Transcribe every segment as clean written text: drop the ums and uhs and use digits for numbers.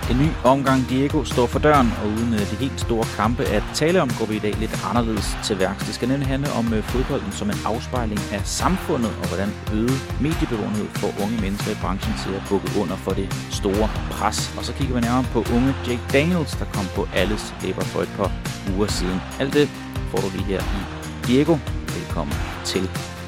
En ny omgang Diego står for døren, og uden de helt store kampe at tale om, går vi i dag lidt anderledes til værks. Det skal nemlig handle om fodbolden som en afspejling af samfundet, og hvordan øget mediebevågenhed får unge mennesker i branchen til at bukke under for det store pres. Og så kigger vi nærmere på unge Jake Daniels, der kom på alles læber for et par uger siden. Alt det får du lige her i Diego. Velkommen til.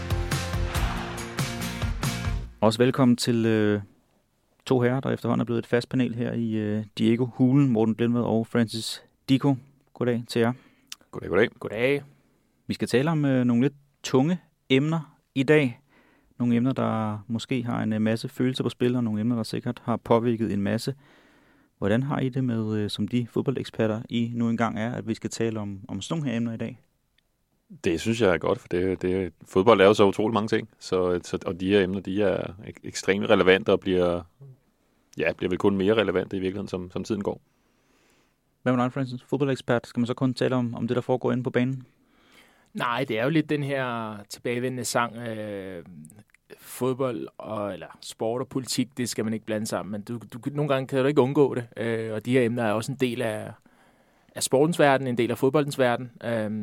Også velkommen til to herrer, der efterhånden er blevet et fast panel her i Diego-hulen. Morten Blindved og Francis Dicko. Goddag til jer. Goddag, goddag. Goddag. Vi skal tale om nogle lidt tunge emner i dag. Nogle emner, der måske har en masse følelser på spil, og nogle emner, der sikkert har påvirket en masse. Hvordan har I det med, som de fodboldeksperter I nu engang er, at vi skal tale om sådan nogle her emner i dag? Det synes jeg er godt, for fodbold er jo så utrolig mange ting, og de her emner, de er ekstremt relevante og bliver vel kun mere relevante i virkeligheden, som tiden går. Hvad med dig, Francis? Fodboldekspert, skal man så kun tale om det, der foregår inde på banen? Nej, det er jo lidt den her tilbagevendende sang, fodbold eller sport og politik, det skal man ikke blande sammen, men nogle gange kan du ikke undgå det, og de her emner er også en del af sportens verden, en del af fodboldens verden.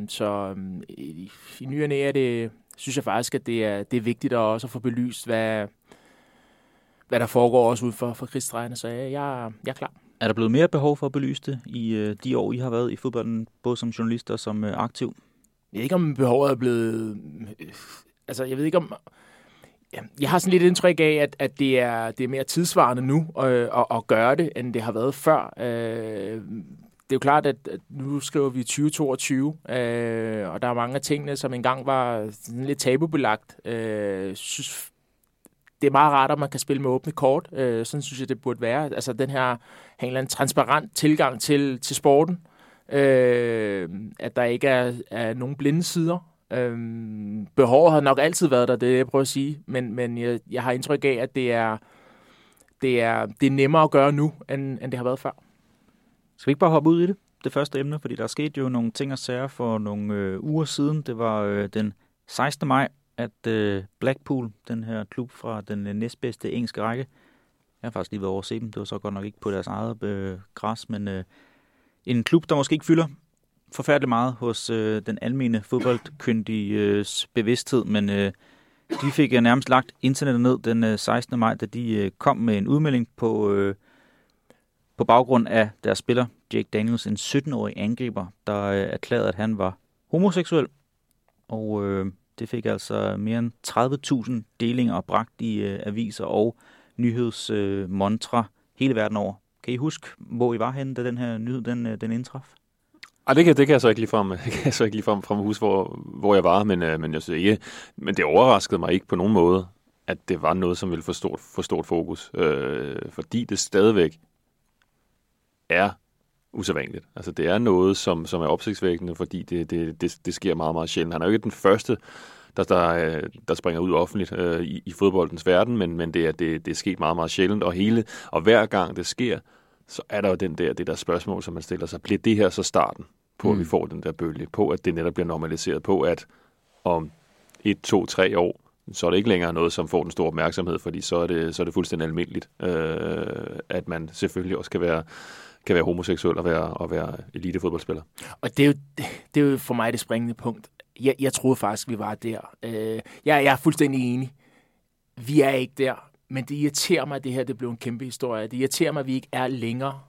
I ny og næ er det, synes jeg faktisk, at det er vigtigt at også få belyst, hvad der foregår også ud for krigsstregerne, så jeg er klar. Er der blevet mere behov for at belyse det i de år, I har været i fodbolden, både som journalist og som aktiv? Jeg ved ikke, om behovet er blevet... jeg ved ikke, om... Jeg har sådan lidt indtryk af, at det er mere tidsvarende nu at gøre det, end det har været før. Det er jo klart, at nu skriver vi 2022, og der er mange af tingene, som engang var lidt tabubelagt. Synes, det er meget rart, at man kan spille med åbne kort. Sådan synes jeg, det burde være. Altså den her en eller anden transparent tilgang til sporten. At der ikke er nogen blinde sider. Behovet har nok altid været der, det jeg prøver at sige. Men jeg har indtryk af, at det er nemmere at gøre nu, end det har været før. Skal vi ikke bare hoppe ud i det første emne? Fordi der skete jo nogle ting og sager for nogle uger siden. Det var den 16. maj, at Blackpool, den her klub fra den næstbedste engelske række, jeg har faktisk lige været over at se dem, det var så godt nok ikke på deres eget græs, men en klub, der måske ikke fylder forfærdeligt meget hos den almene fodboldkyndige bevidsthed, men de fik nærmest lagt internettet ned den 16. maj, da de kom med en udmelding på baggrund af deres spiller, Jake Daniels, en 17-årig angriber, der erklærede, at han var homoseksuel. Og det fik altså mere end 30.000 delinger bragt i aviser og nyhedsmontre hele verden over. Kan I huske, hvor I var henne, da den her nyhed den indtraf? Det kan jeg så ikke ligefrem huske, hvor jeg var, men jeg synes ikke, men det overraskede mig ikke på nogen måde, at det var noget, som ville få stort fokus, fordi det stadigvæk er usædvanligt. Altså det er noget, som er opsigtsvækkende, fordi det sker meget, meget sjældent. Han er jo ikke den første, der springer ud offentligt i fodboldens verden, men det er sket meget, meget sjældent, og hver gang det sker, så er der jo det der spørgsmål, som man stiller sig. Bliver det her så starten på, at vi får den der bølge, på at det netop bliver normaliseret, på at om 1, 2, 3 år, så er det ikke længere noget, som får den store opmærksomhed, fordi så er det fuldstændig almindeligt, at man selvfølgelig også kan være homoseksuel og være elitefodboldspiller. Og det er jo for mig det springende punkt. Jeg troede faktisk, vi var der. Jeg er fuldstændig enig. Vi er ikke der. Men det irriterer mig, at det her det blev en kæmpe historie. Det irriterer mig, at vi ikke er længere.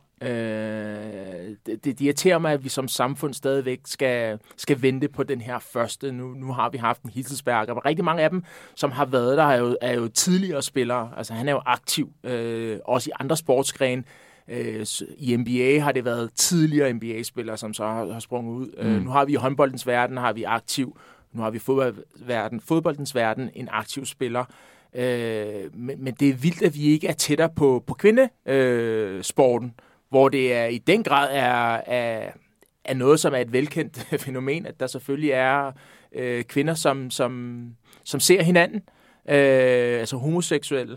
Det irriterer mig, at vi som samfund stadigvæk skal vente på den her første. Nu har vi haft en Hitzelsberger, og rigtig mange af dem, som har været der, er jo tidligere spillere. Altså han er jo aktiv, også i andre sportsgrene. I NBA har det været tidligere NBA-spillere, som så har sprunget ud. Nu har vi i håndboldens verden, har vi aktiv. Nu har vi fodboldens verden, en aktiv spiller. Men det er vildt, at vi ikke er tættere på kvindesporten, hvor det er i den grad er noget, som er et velkendt fænomen, at der selvfølgelig er kvinder, som ser hinanden, altså homoseksuelle.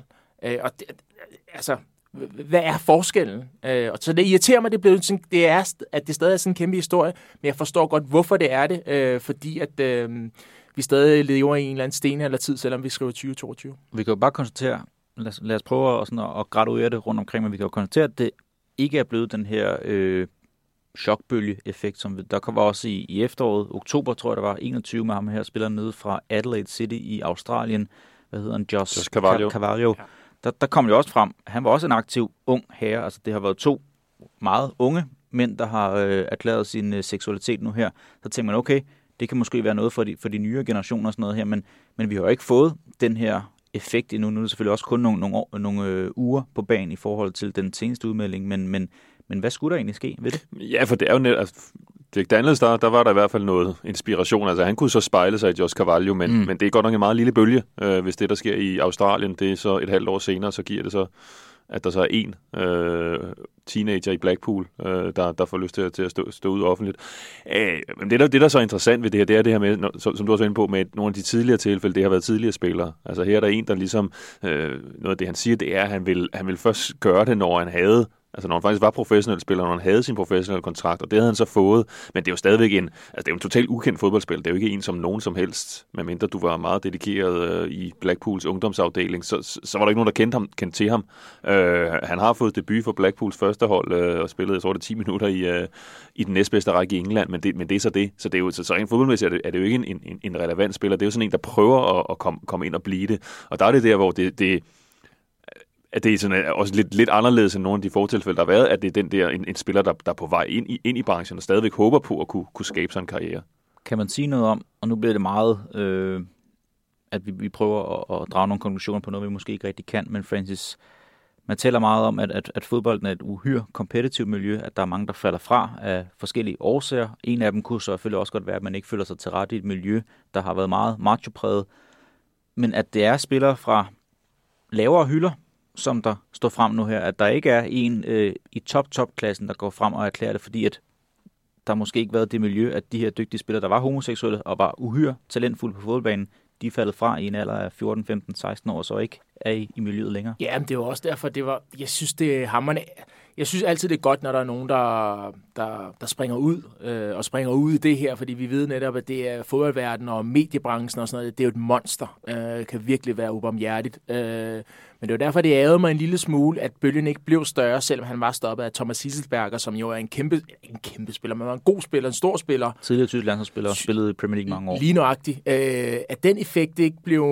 Hvad er forskellen? Og så det irriterer mig, at det stadig er sådan en kæmpe historie, men jeg forstår godt, hvorfor det er det, fordi at vi stadig lever i en eller anden stenaldertid, selvom vi skriver 2022. Vi kan jo bare konstatere, lad os prøve at graduere det rundt omkring, men vi kan jo konstatere, at det ikke er blevet den her chokbølge-effekt, som der var også i efteråret, oktober tror jeg, der var 21 med ham her, spilleren nede fra Adelaide City i Australien. Hvad hedder han? Josh Carvalho. Ja. Der kom jo også frem. Han var også en aktiv ung herre. Altså, det har været 2 meget unge mænd, der har erklæret sin seksualitet nu her. Så tænker man, okay, det kan måske være noget for de nye generationer og sådan noget her, men vi har jo ikke fået den her effekt endnu. Nu er det selvfølgelig også kun nogle uger på banen i forhold til den seneste udmelding, men hvad skulle der egentlig ske ved det? Ja, for det er jo net, altså, Dirk Daniels, der var der i hvert fald noget inspiration. Altså, han kunne så spejle sig i Josh Carvalho, men det er godt nok en meget lille bølge, hvis det, der sker i Australien, det er så et halvt år senere, så giver det så, at der så er en teenager i Blackpool, der får lyst til at stå ud offentligt. Men det, der er så interessant ved det her, det er det her med, som du også var inde på, med nogle af de tidligere tilfælde, det har været tidligere spillere. Altså her er der en, der ligesom, noget af det han siger, det er, at han vil først gøre det, når han havde, altså når han faktisk var professionel spiller, når han havde sin professionelle kontrakt, og det havde han så fået, men det er jo stadigvæk det er jo en totalt ukendt fodboldspiller. Det er jo ikke en som nogen som helst, medmindre du var meget dedikeret i Blackpools ungdomsafdeling, så var der ikke nogen, der kendte til ham. Han har fået debut for Blackpools første hold, og spillede, jeg tror det 10 minutter i den næstbedste række i England, men det er så det. Så det er jo så rent fodboldmæssigt er det jo ikke en relevant spiller. Det er jo sådan en, der prøver at komme ind og blive det. Og der er det der, hvor at det er sådan, også lidt anderledes end nogle af de fortilfælde, der har været, at det er den der, en spiller, der er på vej ind i branchen, og stadigvæk håber på at kunne skabe sig en karriere. Kan man sige noget om, og nu bliver det meget, at vi prøver at drage nogle konklusioner på noget, vi måske ikke rigtig kan, men Francis, man taler meget om, at fodbolden er et uhyre kompetitivt miljø, at der er mange, der falder fra af forskellige årsager. En af dem kunne selvfølgelig også godt være, at man ikke føler sig til rette i et miljø, der har været meget macho-præget, men at det er spillere fra lavere hylder, som der står frem nu her, at der ikke er en i top-klassen, der går frem og erklærer det, fordi at der måske ikke været det miljø, at de her dygtige spillere, der var homoseksuelle og var uhyre talentfulde på fodboldbanen, de er faldet fra i en alder af 14, 15, 16 år, så ikke er i miljøet længere. Ja, men det er jo også derfor, jeg synes, det er hamrende. Jeg synes altid, det er godt, når der er nogen, der springer ud og springer ud i det her, fordi vi ved netop, at det er fodboldverdenen og mediebranchen og sådan noget, det er jo et monster. Kan virkelig være ubarmhjertigt. Men det er jo derfor, det ærede mig en lille smule, at bølgen ikke blev større, selvom han var stoppet af Thomas Hitzelsberger, som jo er en kæmpe spiller, men var en god spiller, en stor spiller. Tidligere tysk landsholdsspiller, spillede i Premier League mange år. Lige nøjagtigt. At den effekt ikke blev...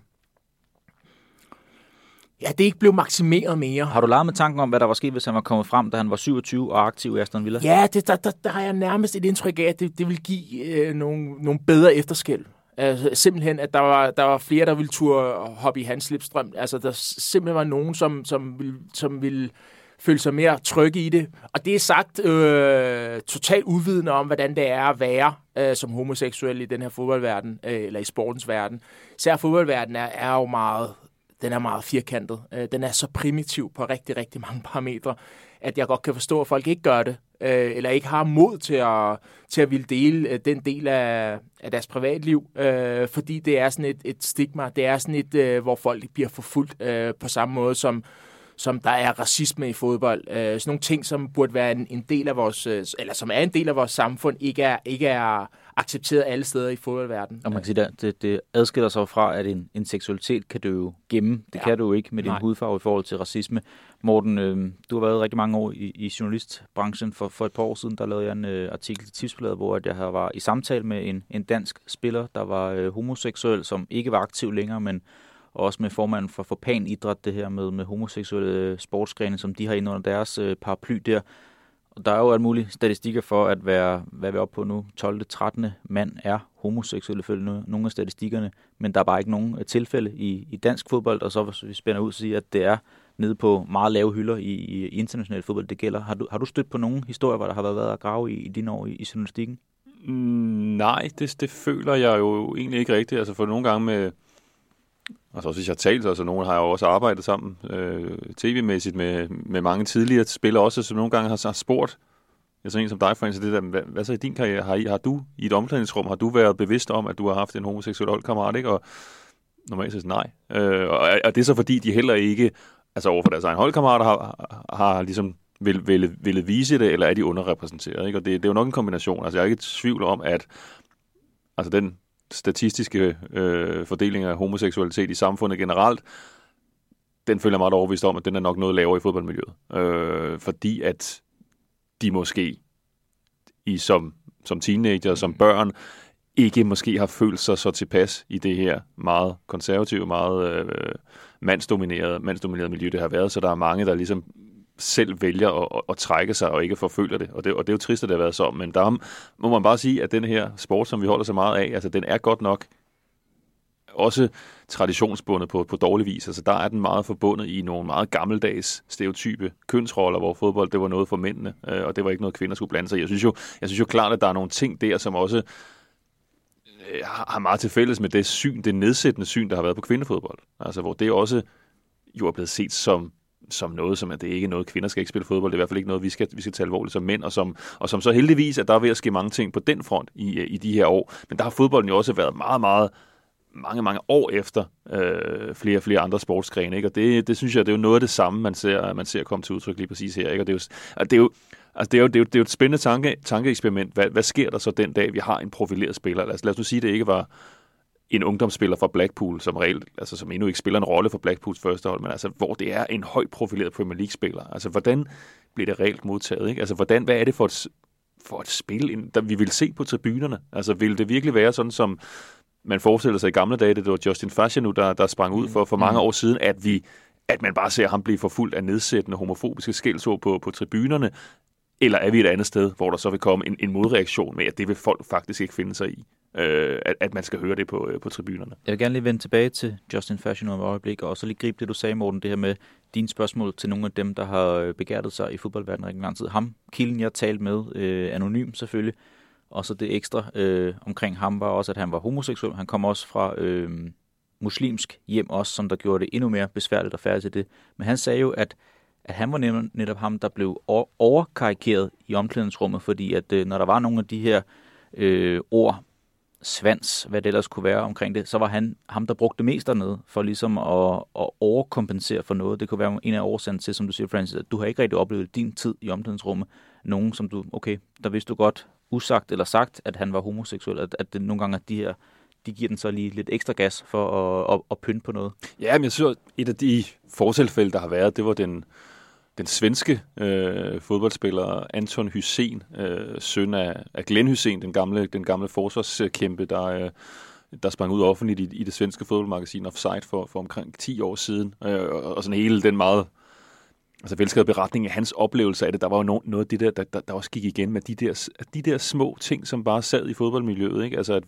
Ja, det ikke blev maksimeret mere. Har du leget med tanken om, hvad der var sket, hvis han var kommet frem, da han var 27 og aktiv i Aston Villa? Ja, der har jeg nærmest et indtryk af, at det vil give nogle bedre efterskæld. Altså, simpelthen, at der var flere, der ville turde hoppe i hans slipstrøm. Altså, der simpelthen var nogen, som ville føle sig mere trygge i det. Og det er sagt totalt udvidende om, hvordan det er at være som homoseksuel i den her fodboldverden, eller i sportens verden. Især fodboldverden er jo meget... Den er meget firkantet. Den er så primitiv på rigtig, rigtig mange parametre, at jeg godt kan forstå, at folk ikke gør det, eller ikke har mod til at ville dele den del af deres privatliv, fordi det er sådan et stigma. Det er sådan et, hvor folk bliver forfulgt på samme måde, som der er racisme i fodbold. Sådan nogle ting, som burde være en del af vores, eller som er en del af vores samfund, ikke er accepteret alle steder i fodboldverdenen. Og man kan sige, det adskiller sig fra, at en seksualitet kan du jo gemme. Det kan du jo ikke med din hudfarve i forhold til racisme. Morten, du har været rigtig mange år i journalistbranchen. For et par år siden, der lavede jeg en artikel til Tipsbladet, hvor jeg var i samtale med en dansk spiller, der var homoseksuel, som ikke var aktiv længere, men også med formanden for Pan Idræt, det her med homoseksuelle sportsgrene, som de har inde under deres paraply der. Og der er jo alt muligt statistikker for, at hvad vi er oppe på nu, 12. 13. mand er homoseksuelle, ifølge nogle af statistikkerne, men der er bare ikke nogen tilfælde i dansk fodbold, og så hvis vi spænder ud og siger, at det er nede på meget lave hylder i international fodbold, det gælder. Har du stødt på nogle historier, hvor der har været at grave i dine år i journalistikken? Nej, det føler jeg jo egentlig ikke rigtigt. Altså for nogle gange med... Altså også hvis jeg har talt, altså nogle har jeg jo også arbejdet sammen tv-mæssigt med mange tidligere spillere også, som nogle gange har spurgt, jeg så en som dig, Francis, det der, hvad så i din karriere, har du i et omklædningsrum, har du været bevidst om, at du har haft en homoseksuel holdkammerat, ikke? Og normalt så nej. Og det er så fordi, de heller ikke, altså overfor deres egen holdkammerater, har ligesom ville vise det, eller er de underrepræsenteret, ikke? Og det er jo nok en kombination. Altså jeg er ikke i tvivl om, at altså den statistiske fordeling af homoseksualitet i samfundet generelt, den føler jeg meget overbevist om, at den er nok noget lavere i fodboldmiljøet. Fordi at de måske som teenager, som børn, ikke måske har følt sig så tilpas i det her meget konservative, meget mandsdominerede miljø, det har været. Så der er mange, der ligesom selv vælger at trække sig og ikke forfølger det. Og det er jo trist, at det har været så. Men der må man bare sige, at den her sport, som vi holder så meget af, altså den er godt nok også traditionsbundet på dårlig vis. Altså der er den meget forbundet i nogle meget gammeldags stereotype kønsroller, hvor fodbold, det var noget for mændene, og det var ikke noget, kvinder skulle blande sig i. Jeg synes jo klart, at der er nogle ting der, som også har meget til fælles med det nedsættende syn, der har været på kvindefodbold. Altså hvor det også jo er blevet set som noget, som at det ikke er noget, kvinder skal ikke spille fodbold. Det er i hvert fald ikke noget, vi skal tage alvorligt som mænd, og som så heldigvis, at der er ved at ske mange ting på den front i de her år. Men der har fodbolden jo også været mange år efter flere andre sportsgrene, ikke? Og det synes jeg, det er jo noget af det samme, man ser komme til udtryk lige præcis her, ikke? Og det er jo et spændende tankeeksperiment. Hvad sker der så den dag, vi har en profileret spiller? Lad os nu sige, at det ikke var en ungdomsspiller fra Blackpool, som endnu ikke spiller en rolle for Blackpools første hold, men altså, hvor det er en højt profileret Premier League-spiller. Altså, hvordan bliver det reelt modtaget, ikke? Altså, hvad er det for et spil, der vi vil se på tribunerne? Altså, vil det virkelig være sådan, som man forestiller sig i gamle dage, det var Justin Fashanu, der sprang ud for mange år siden, at man bare ser ham blive forfulgt af nedsættende homofobiske skældsord på tribunerne, eller er vi et andet sted, hvor der så vil komme en modreaktion med, at det vil folk faktisk ikke finde sig i, at man skal høre det på tribunerne. Jeg vil gerne lige vende tilbage til Justin Fashanu om et øjeblik, og så lige gribe det, du sagde, Morten, det her med dine spørgsmål til nogle af dem, der har begærtet sig i fodboldverdenen rigtig lang tid. Ham, kilden, jeg talte med, anonym selvfølgelig, og så det ekstra omkring ham var også, at han var homoseksuel. Han kom også fra muslimsk hjem også, som der gjorde det endnu mere besværligt at færdige til det. Men han sagde jo, at han var netop ham, der blev overkarikeret i omklædningsrummet, fordi at når der var nogle af de her ord, svans, hvad det ellers kunne være omkring det, så var han ham, der brugte mest dernede for ligesom at overkompensere for noget. Det kunne være en af årsagen til, som du siger, Francis, at du har ikke rigtig oplevet din tid i omklædningsrummet. Nogen, som der vidste du godt usagt eller sagt, at han var homoseksuel, at det nogle gange at de giver den så lige lidt ekstra gas for at pynte på noget. Ja, men jeg synes, et af de fortilfælde, der har været, det var den svenske fodboldspiller Anton Hysén, søn af Glenn Hysén, den gamle forsvarskæmpe, der sprang ud offentligt i det svenske fodboldmagasin Offside for omkring 10 år siden. Og sådan hele den meget velskrevet beretning af hans oplevelse af det. Der var jo noget af det der også gik igen med de der små ting, som bare sad i fodboldmiljøet, ikke? Altså, at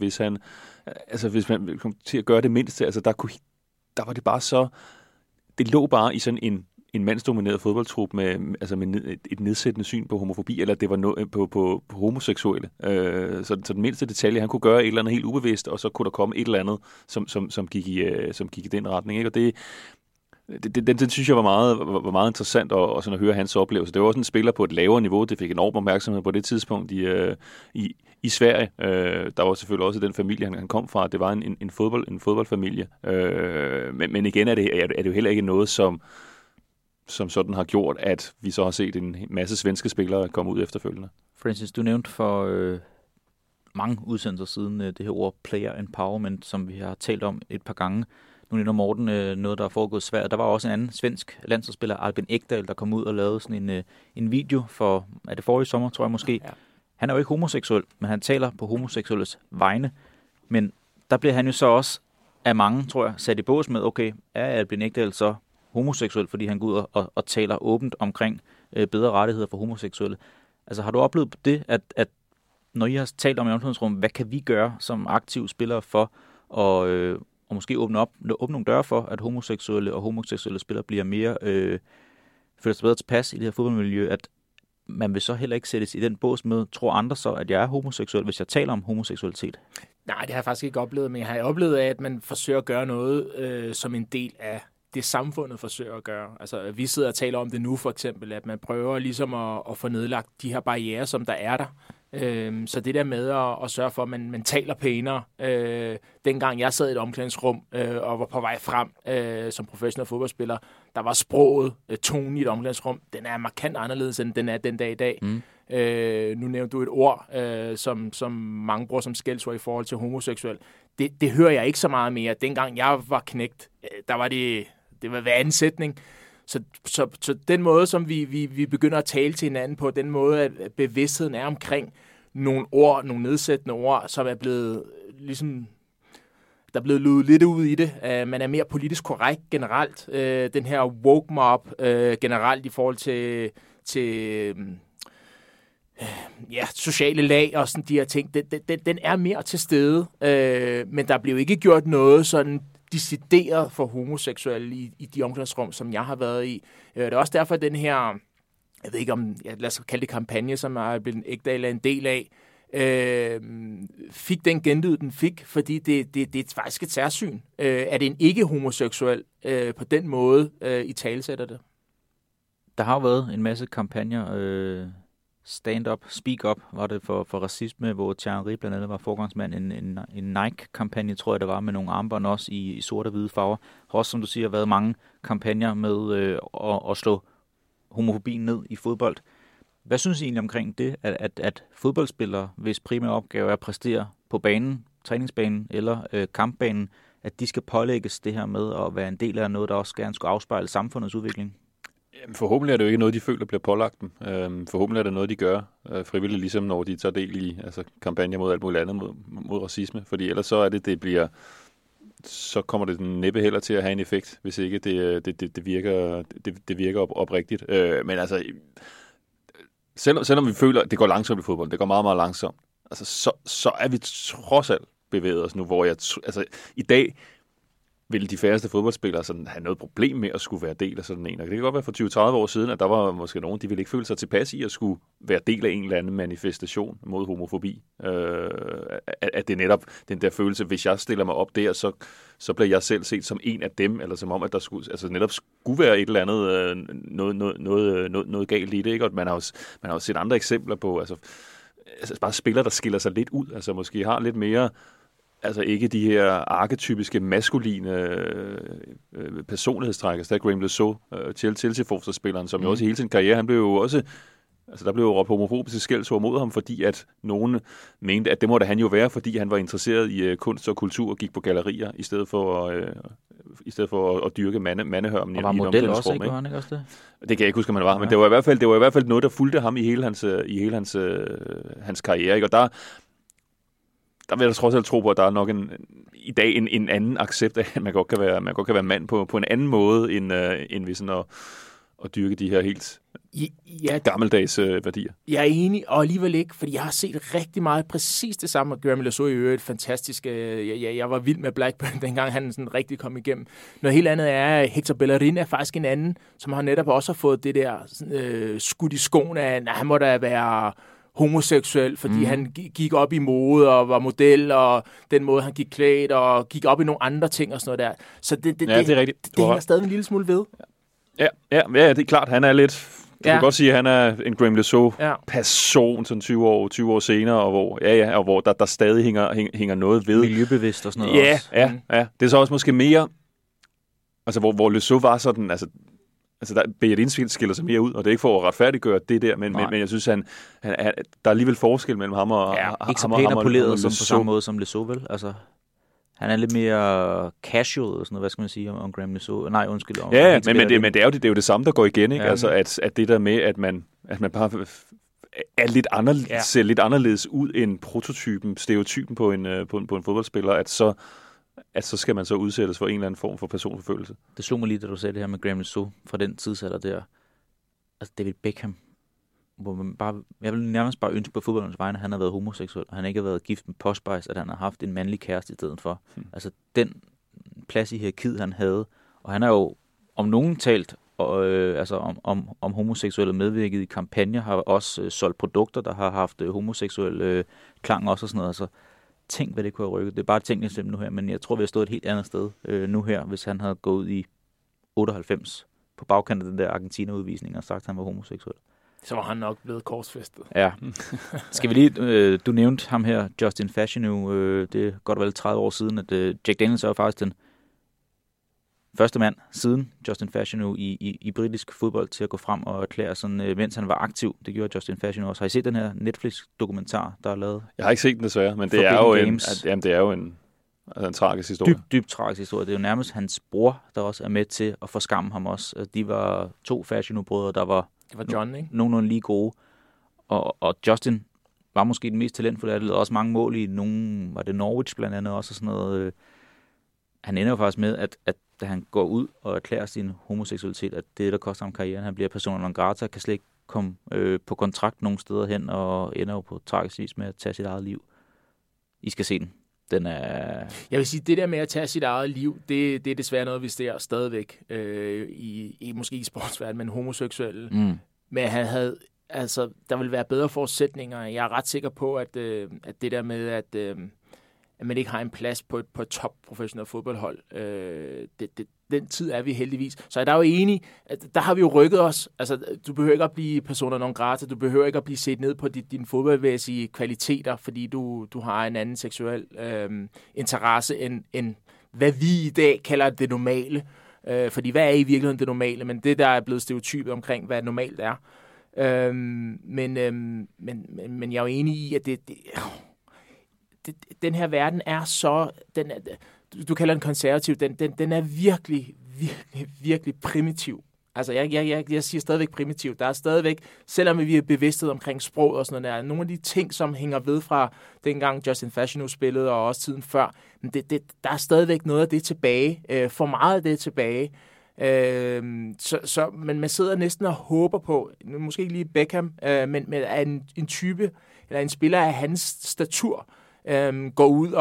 hvis man kom til at gøre det mindste, altså der var det bare så, det lå bare i sådan en mandsdomineret fodboldtrup med et nedsættende syn på homofobi, eller det var på homoseksuelle. Så den mindste detalje, han kunne gøre et eller andet helt ubevidst, og så kunne der komme et eller andet, som gik i den retning, ikke? Og den synes jeg var meget interessant at sådan at høre hans oplevelse. Det var også en spiller på et lavere niveau. Det fik enorm opmærksomhed på det tidspunkt i Sverige. Der var selvfølgelig også den familie, han kom fra. Det var en fodboldfamilie. Men igen er det jo heller ikke noget, som sådan har gjort, at vi så har set en masse svenske spillere komme ud efterfølgende. Francis, du nævnte for mange udsendelser siden det her ord player empowerment, som vi har talt om et par gange. Nu nævner Morten noget, der er foregået svært. Der var også en anden svensk landsholdsspiller, Albin Ekdal, der kom ud og lavede sådan en video for, er det forrige sommer, tror jeg måske. Ja. Han er jo ikke homoseksuel, men han taler på homoseksuelles vegne. Men der bliver han jo så også af mange, tror jeg, sat i bås med, okay, er Albin Ekdal så homoseksuel, fordi han går ud og taler åbent omkring bedre rettigheder for homoseksuelle. Altså har du oplevet det, at når I har talt om i omklædningsrummet, hvad kan vi gøre som aktive spillere for at og måske åbne nogle døre for, at homoseksuelle spillere bliver mere føler sig bedre tilpas i det her fodboldmiljø, at man vil så heller ikke sættes i den bås med, tror andre så, at jeg er homoseksuel, hvis jeg taler om homoseksualitet? Nej, det har jeg faktisk ikke oplevet, men jeg har oplevet af, at man forsøger at gøre noget som en del af det samfundet forsøger at gøre. Altså, vi sidder og taler om det nu, for eksempel, at man prøver ligesom at få nedlagt de her barrierer, som der er der. Så det der med at sørge for, at man taler pænere. Dengang jeg sad i et omklædningsrum og var på vej frem som professionel fodboldspiller, der var sproget, tonen i et omklædningsrum, den er markant anderledes, end den er den dag i dag. Nu nævnte du et ord, som mange bruger som skældsord i forhold til homoseksuel. Det hører jeg ikke så meget mere. Dengang jeg var knægt, der det var hver anden sætning. Så den måde, som vi begynder at tale til hinanden på, den måde, at bevidstheden er omkring nogle ord, nogle nedsættende ord, som er blevet ligesom... Der er blevet luet lidt ud i det. Man er mere politisk korrekt generelt. Den her woke mob generelt i forhold til sociale lag og sådan de her ting, den er mere til stede. Men der blev ikke gjort noget sådan decideret for homoseksuelle i de omklædningsrum, som jeg har været i. Det er også derfor, den her, jeg ved ikke om, lad os kalde det kampagne, som er blevet Ekdal en del af, fik den genlyd, den fik, fordi det er faktisk et særsyn. Er det en ikke-homoseksuel på den måde i talesætter det? Der har jo været en masse kampagner. Stand Up, Speak Up var det for racisme, hvor Thierry blandt andet var forgangsmand. En Nike-kampagne, tror jeg, der var med nogle armbånd også i sorte og hvide farver. Har også, som du siger, været mange kampagner med at slå homofobien ned i fodbold. Hvad synes I egentlig omkring det, at fodboldspillere, hvis primære opgave er at præstere på banen, træningsbanen eller kampbanen, at de skal pålægges det her med at være en del af noget, der også gerne skulle afspejle samfundets udvikling? Jamen, forhåbentlig er det jo ikke noget, de føler bliver pålagt dem. Forhåbentlig er det noget, de gør frivilligt, ligesom når de tager del i kampagner mod alt muligt andet, mod racisme. Fordi ellers så er så kommer det næppe heller til at have en effekt, hvis ikke det virker oprigtigt. Men altså, selvom vi føler, at det går langsomt i fodbold, det går meget, meget langsomt, altså, så er vi trods alt bevæget os nu, hvor i dag vil de færreste fodboldspillere sådan have noget problem med at skulle være del af sådan en. Og det kan godt være for 20-30 år siden, at der var måske nogen, de ville ikke føle sig tilpas i at skulle være del af en eller anden manifestation mod homofobi. At det netop den der følelse, hvis jeg stiller mig op der, så bliver jeg selv set som en af dem, eller som om, at der netop skulle være et eller andet noget galt i det. Ikke? Og man har jo set andre eksempler på, altså bare spillere, der skiller sig lidt ud, altså måske har lidt mere... Altså ikke de her arketypiske maskuline personlighedstræk. Altså der er Graham Lasso, Chelsea-forsvarsspilleren, som jo også i hele sin karriere, han blev jo også... Altså der blev jo råbt homofobiske skældsord mod ham, fordi at nogen mente, at det måtte han jo være, fordi han var interesseret i kunst og kultur og gik på gallerier, i stedet for at dyrke mandehørmen i en omklædningsrum. Og var model også, ikke? Var han ikke også det? Det kan jeg ikke huske, om han var, men det var i hvert fald noget, der fulgte ham i hele hans karriere, ikke? Og der vil jeg trods alt tro på, at der er nok i dag en anden accept af, at man godt kan være mand på en anden måde, end ved sådan at dyrke de her helt gammeldags værdier. Jeg er enig, og alligevel ikke, fordi jeg har set rigtig meget præcis det samme, og Graham Lasso i øvrigt fantastisk. Jeg var vild med Blackburn, dengang han sådan rigtig kom igennem. Noget helt andet er, at Hector Bellerin er faktisk en anden, som har netop også fået det der skudt i skoene af, at han må da være... homoseksuel, fordi han gik op i mode og var model, og den måde, han gik klædt, og gik op i nogle andre ting og sådan noget der. Så det er rigtigt. Det hænger stadig en lille smule ved. Ja, det er klart. Han er lidt... Du kan godt sige, at han er en Graham Lasso-person, sådan 20 år senere, og hvor der stadig hænger noget ved. Miljøbevidst og sådan noget også. Ja. Det er så også måske mere... Altså, hvor Lasso var sådan... Altså, Bellerin skiller sig mere ud, og det er ikke for at retfærdiggøre det der, men jeg synes, der er alligevel forskel mellem ham og ikke så pænt og poleret som på samme måde som Lasso, vel? Altså, han er lidt mere casual, og sådan noget, hvad skal man sige om Graham Lasso? Nej, undskyld. Men det er jo det samme, der går igen, ikke? Ja. Altså, at det der med, at man bare er lidt anderledes, ser lidt anderledes ud end prototypen, stereotypen på en fodboldspiller, at så skal man så udsættes for en eller anden form for personforfølgelse. Det slog mig lige, da du sagde det her med Graham Lasso fra den tidsalder der. Altså David Beckham, hvor man jeg vil nærmest bare ønske på fodboldens vegne, at han har været homoseksuel, og han ikke har været gift med Posh Spice, at han har haft en mandlig kæreste i stedet for. Altså den plads i hierarkiet, han havde. Og han har jo om nogen talt om homoseksuelle medvirket i kampagner, har også solgt produkter, der har haft homoseksuelle klang også og sådan noget. Altså, tænk, hvad det kunne have rykket. Det er bare et tænkt eksempel nu her, men jeg tror, vi har stået et helt andet sted nu her, hvis han havde gået i 98 på bagkanten af den der Argentina-udvisning og sagt, at han var homoseksuel. Så var han nok blevet korsfæstet. Ja. Skal vi lige... du nævnte ham her, Justin Fashanu. Det er godt vel 30 år siden, at Jack Daniels er jo faktisk den første mand siden Justin Fashanu i britisk fodbold til at gå frem og erklære sådan, mens han var aktiv. Det gjorde Justin Fashanu også. Har I set den her Netflix-dokumentar, der er lavet? Jeg har ikke set den desværre, men det er jo en... Altså en tragisk historie. Dybt tragisk historie. Det er jo nærmest hans bror, der også er med til at forskamme ham også. Altså, de var 2 Fashanu-brødre, der var, Det var John, ikke? nogenlunde lige gode. Og Justin var måske den mest talentfulde af det. Også mange mål i nogen, var det Norwich blandt andet også og sådan noget. Han ender jo faktisk med, at da han går ud og erklærer sin homoseksualitet, at det, der koster ham karrieren, han bliver persona non grata, kan slet ikke komme på kontrakt nogen steder hen, og ender jo på tragisk vis med at tage sit eget liv. I skal se den. Den er... Jeg vil sige, det der med at tage sit eget liv, det er desværre noget, vi ser stadigvæk måske i sportsverdenen, men homoseksuelle. Mm. Men han havde, altså, der vil være bedre forudsætninger. Jeg er ret sikker på, at det der med, at man ikke har en plads på et top professionelt fodboldhold, den tid er vi heldigvis. Så er der jo enig, at der har vi jo rykket os. Altså, du behøver ikke at blive persona non grata, du behøver ikke at blive set ned på dine fodboldmæssige kvaliteter, fordi du har en anden seksuel interesse end hvad vi i dag kalder det normale. Fordi hvad er i virkeligheden det normale? Men det, der er blevet stereotypet omkring, hvad normalt er. Men jeg er jo enig i, at den her verden er så... Du kalder den konservativ. Den er virkelig, virkelig, virkelig primitiv. Altså, jeg siger stadigvæk primitiv. Der er stadigvæk, selvom vi er bevidsthed omkring sprog og sådan noget, der er nogle af de ting, som hænger ved fra dengang Justin Fashanu spillede, og også tiden før. Men der er stadigvæk noget af det tilbage. For meget af det tilbage. Men man sidder næsten og håber på, måske ikke lige Beckham, men en type, eller en spiller af hans statur, går ud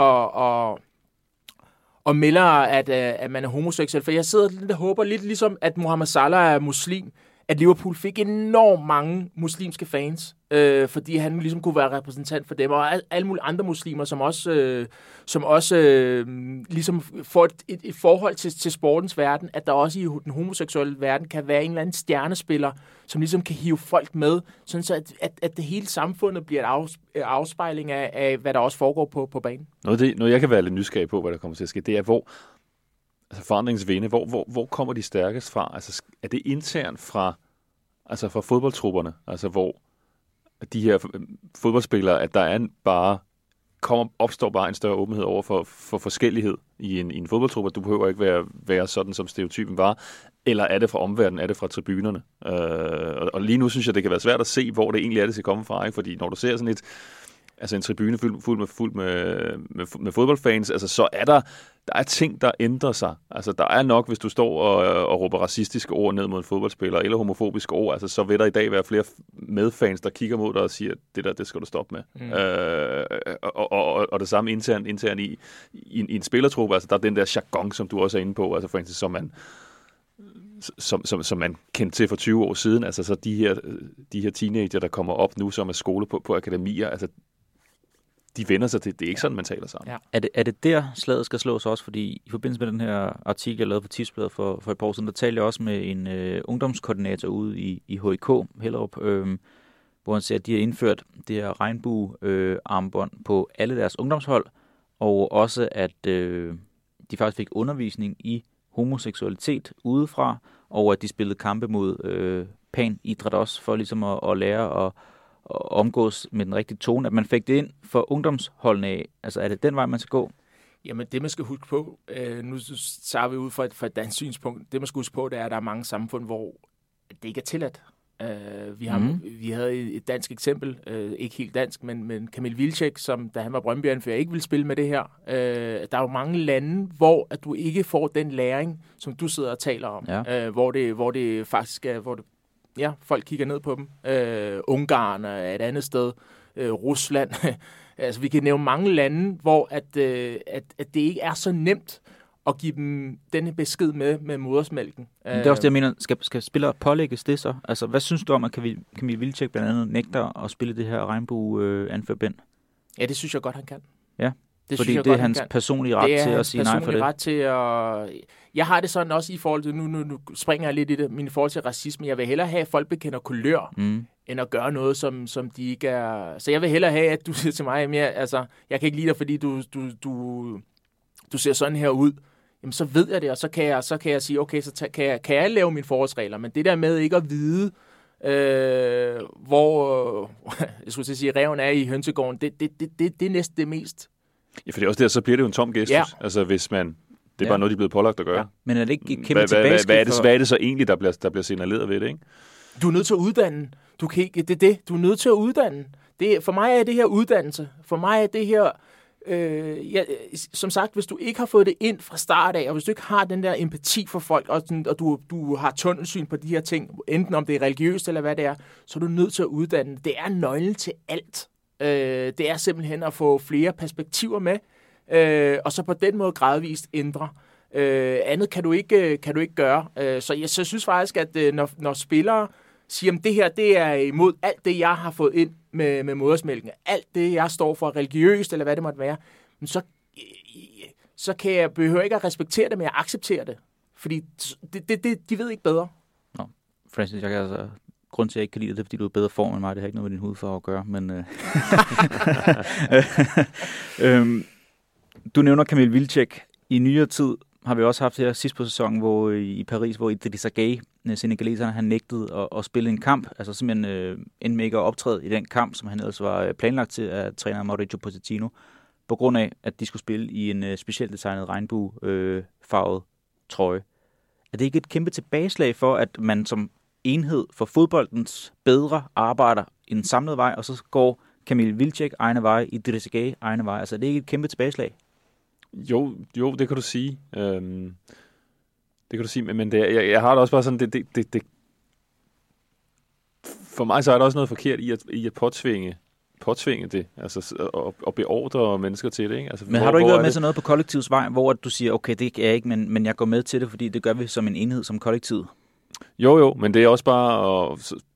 og melder, at man er homoseksuel. For jeg sidder lidt og håber lidt ligesom, at Mohamed Salah er muslim, at Liverpool fik enormt mange muslimske fans, fordi han ligesom kunne være repræsentant for dem, og alle mulige andre muslimer, som også ligesom får et forhold til sportens verden, at der også i den homoseksuelle verden kan være en eller anden stjernespiller, som ligesom kan hive folk med, sådan så at det hele samfundet bliver en afspejling af, hvad der også foregår på banen. Noget jeg kan være lidt nysgerrig på, hvad der kommer til at ske, det er, hvor altså forandringsvinde, hvor kommer de stærkest fra? Altså, er det internt fra fodboldtrupperne, altså hvor de her fodboldspillere, at der er opstår bare en større åbenhed over for forskellighed i en fodboldtruppe. Du behøver ikke være sådan, som stereotypen var. Eller er det fra omverdenen, er det fra tribunerne? Og lige nu synes jeg, det kan være svært at se, hvor det egentlig er, det skal komme fra. Ikke? Fordi når du ser sådan en tribune fuld med fodboldfans, altså så er der er ting, der ændrer sig. Altså der er nok, hvis du står og råber racistiske ord ned mod en fodboldspiller, eller homofobiske ord, altså så vil der i dag være flere medfans, der kigger mod dig og siger, det skal du stoppe med. Og det samme internt i en spillertruppe, altså der er den der jargon, som du også er inde på, altså for eksempel, som man kendte til for 20 år siden, altså så de her teenager, der kommer op nu, som er skole på akademier, altså de vender sig til, det er ikke sådan, man taler sammen. Ja. Er det der slaget skal slås også? Fordi i forbindelse med den her artikel, jeg lavede på Tipsbladet for et par år siden, der talte jeg også med en ungdomskoordinator ude i HIK, Hellerup, hvor han siger, at de har indført det her regnbue-armbånd på alle deres ungdomshold, og også at de faktisk fik undervisning i homoseksualitet udefra, og at de spillede kampe mod pan-idræt også, for ligesom at lære at omgås med den rigtige tone, at man fik det ind for ungdomsholdene af. Altså er det den vej, man skal gå? Jamen det, man skal huske på, nu tager vi ud fra et dansk synspunkt, det man skal huske på, det er, at der er mange samfund, hvor det ikke er tilladt. Vi havde et dansk eksempel, ikke helt dansk, men Kamil Vilcek, som da han var Brøndby-anfører, ikke ville spille med det her. Der er jo mange lande, hvor at du ikke får den læring, som du sidder og taler om, hvor det faktisk er, folk kigger ned på dem. Ungarn er et andet sted. Rusland. Altså, vi kan nævne mange lande, hvor at det ikke er så nemt at give dem denne besked med modersmælken. Det er også det, jeg mener. Skal spillere pålægges det så? Altså, hvad synes du om, at Kamil Vilcek blandt andet nægter at spille det her regnbue-anførbind? Ja, det synes jeg godt, han kan. Ja. Fordi det er hans personlige ret til at sige nej for det. Ret til at... Jeg har det sådan også i forhold til... Nu springer jeg lidt i det, men i forhold til racisme. Jeg vil hellere have, at folk bekender kulør, end at gøre noget, som de ikke er... Så jeg vil hellere have, at du siger til mig, jeg kan ikke lide dig, fordi du ser sådan her ud. Jamen, så ved jeg det, og så kan jeg sige, okay, så kan jeg lave mine forholdsregler. Men det der med ikke at vide... hvor jeg skulle sige, reven er i hønsegården, det er næsten det mest Ja, for det er også der, så bliver det jo en tom gestus. Ja. Altså hvis man... Det er bare noget, de er blevet pålagt at gøre. Ja. Men er det ikke et kæmpe tilbageskridt hvad er det så egentlig, der bliver signaleret ved det, ikke? Du er nødt til at uddanne. Du kan ikke, du er nødt til at uddanne. For mig er det her uddannelse. For mig er det her... som sagt, hvis du ikke har fået det ind fra start af, og hvis du ikke har den der empati for folk, og du har tunnelsyn på de her ting, enten om det er religiøst eller hvad det er, så er du nødt til at uddanne. Det er nøglen til alt. Det er simpelthen at få flere perspektiver med, og så på den måde gradvist ændre. Andet kan du ikke gøre. Så jeg synes faktisk, at når spillere siger, at det her det er imod alt det, jeg har fået ind med modersmælken, alt det, jeg står for religiøst, eller hvad det måtte være, så kan jeg behøver ikke at respektere det, men jeg accepterer det. Fordi de ved ikke bedre. Nå, Francis, jeg kan altså... Grund til, at jeg ikke kan lide det, fordi du er bedre form end mig. Det har ikke noget med din hudfarve at gøre, men... Du nævner Kamil Vilcek. I nyere tid har vi også haft her sidst på sæsonen, hvor i Paris, hvor Idrissa Gueye, senegaleseren, han nægtede at spille en kamp. Altså simpelthen endte med ikke at optræde i den kamp, som han ellers var planlagt til af træner Mauricio Pochettino, på grund af, at de skulle spille i en specielt designet regnbuefarvet trøje. Er det ikke et kæmpe tilbageslag for, at man som enhed for fodboldens bedre arbejder i en samlet vej, og så går Kamil Vilcek egne vej, Idrissa Gueye egne vej? Altså, det er ikke et kæmpe tilbageslag? Jo, det kan du sige. Det kan du sige, men jeg har det også bare sådan, det for mig så er der også noget forkert i at påtvinge det, altså og beordre mennesker til det, ikke? Altså, men har du ikke været med til noget på kollektivs vej, hvor du siger, okay, det er jeg ikke, men jeg går med til det, fordi det gør vi som en enhed, som kollektiv? Jo, men det er også bare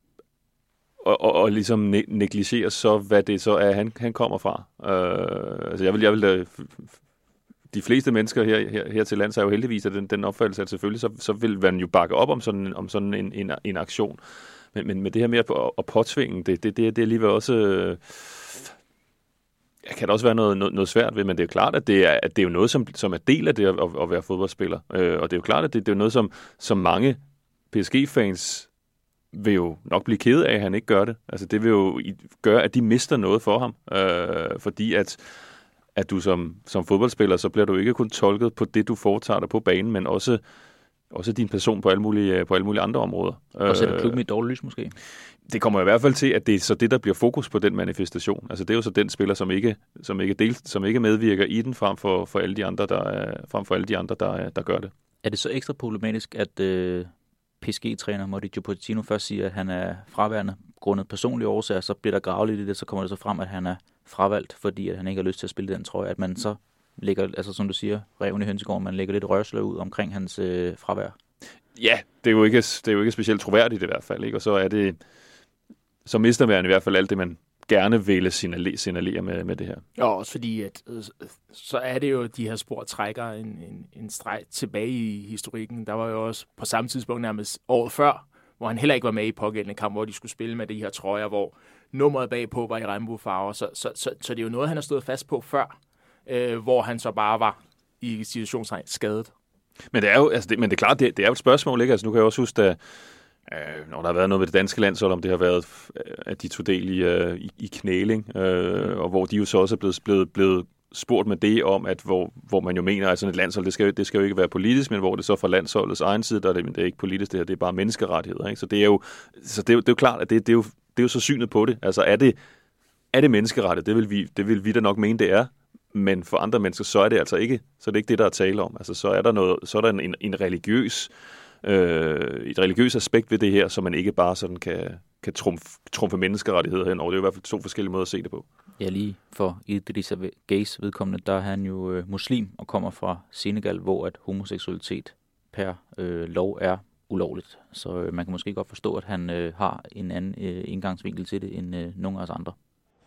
at ligesom negligere så, hvad det så er, han kommer fra. Altså jeg vil de fleste mennesker her til lands er jo heldigvis af den opfattelse, at selvfølgelig så vil man jo bakke op om sådan en aktion. Men det her med at påtvinge, det er alligevel også... kan der også være noget svært ved, men det er klart, at det er jo noget, som er del af det at være fodboldspiller. Og det er jo klart, at det er noget, som mange PSG-fans vil jo nok blive kede af, at han ikke gør det. Altså det vil jo gøre, at de mister noget for ham. Fordi at du som fodboldspiller, så bliver du ikke kun tolket på det, du foretager dig på banen, men også din person på alle mulige andre områder. Og sætter klubben i et dårligt lys måske? Det kommer i hvert fald til, at det er så det, der bliver fokus på den manifestation. Altså det er jo så den spiller, som ikke medvirker i den, frem for alle de andre, der gør det. Er det så ekstra problematisk, at PSG-træner Mauricio Pochettino først siger, at han er fraværende grundet personlige årsager, så bliver der gravet lidt i det, så kommer det så frem, at han er fravalgt, fordi at han ikke har lyst til at spille den trøje, at man så lægger, altså som du siger, reven i hønsegården, man lægger lidt rørsler ud omkring hans fravær. Ja, det er jo ikke specielt troværdigt i hvert fald, ikke? Og så mister man i hvert fald alt det, man gerne ville signalere med det her. Ja, også fordi, at så er det jo, de her spor trækker en streg tilbage i historikken. Der var jo også på samme tidspunkt nærmest året før, hvor han heller ikke var med i pågældende kamp, hvor de skulle spille med de her trøjer, hvor nummeret bagpå var i regnbuefarver. Så det er jo noget, han har stået fast på før, hvor han så bare var i situationstegn skadet. Men det er jo, altså men det er klart, det er jo et spørgsmål, ikke? Altså nu kan jeg også huske, at når der har været noget ved det danske landshold, om det har været, at de tog del i knæling, og hvor de jo så også er blevet spurgt med det om, at hvor man jo mener, at sådan et landshold, det skal jo ikke være politisk, men hvor det så fra landsholdets egen side, der er det er ikke politisk, det er bare menneskerettigheder, ikke? Så det er jo klart, at det er jo så synet på det. Altså er det menneskerettighed? Det vil vi da nok mene, det er. Men for andre mennesker, så er det altså ikke, så er det ikke det, der er tale om. Altså så er der en religiøs, et religiøst aspekt ved det her, som man ikke bare sådan kan trumfe menneskerettigheder hen over. Det er jo i hvert fald 2 forskellige måder at se det på. Ja, lige for Idrissa Gueyes vedkommende, der er han jo muslim og kommer fra Senegal, hvor at homoseksualitet per lov er ulovligt. Så man kan måske godt forstå, at han har en anden indgangsvinkel til det end nogle af os andre.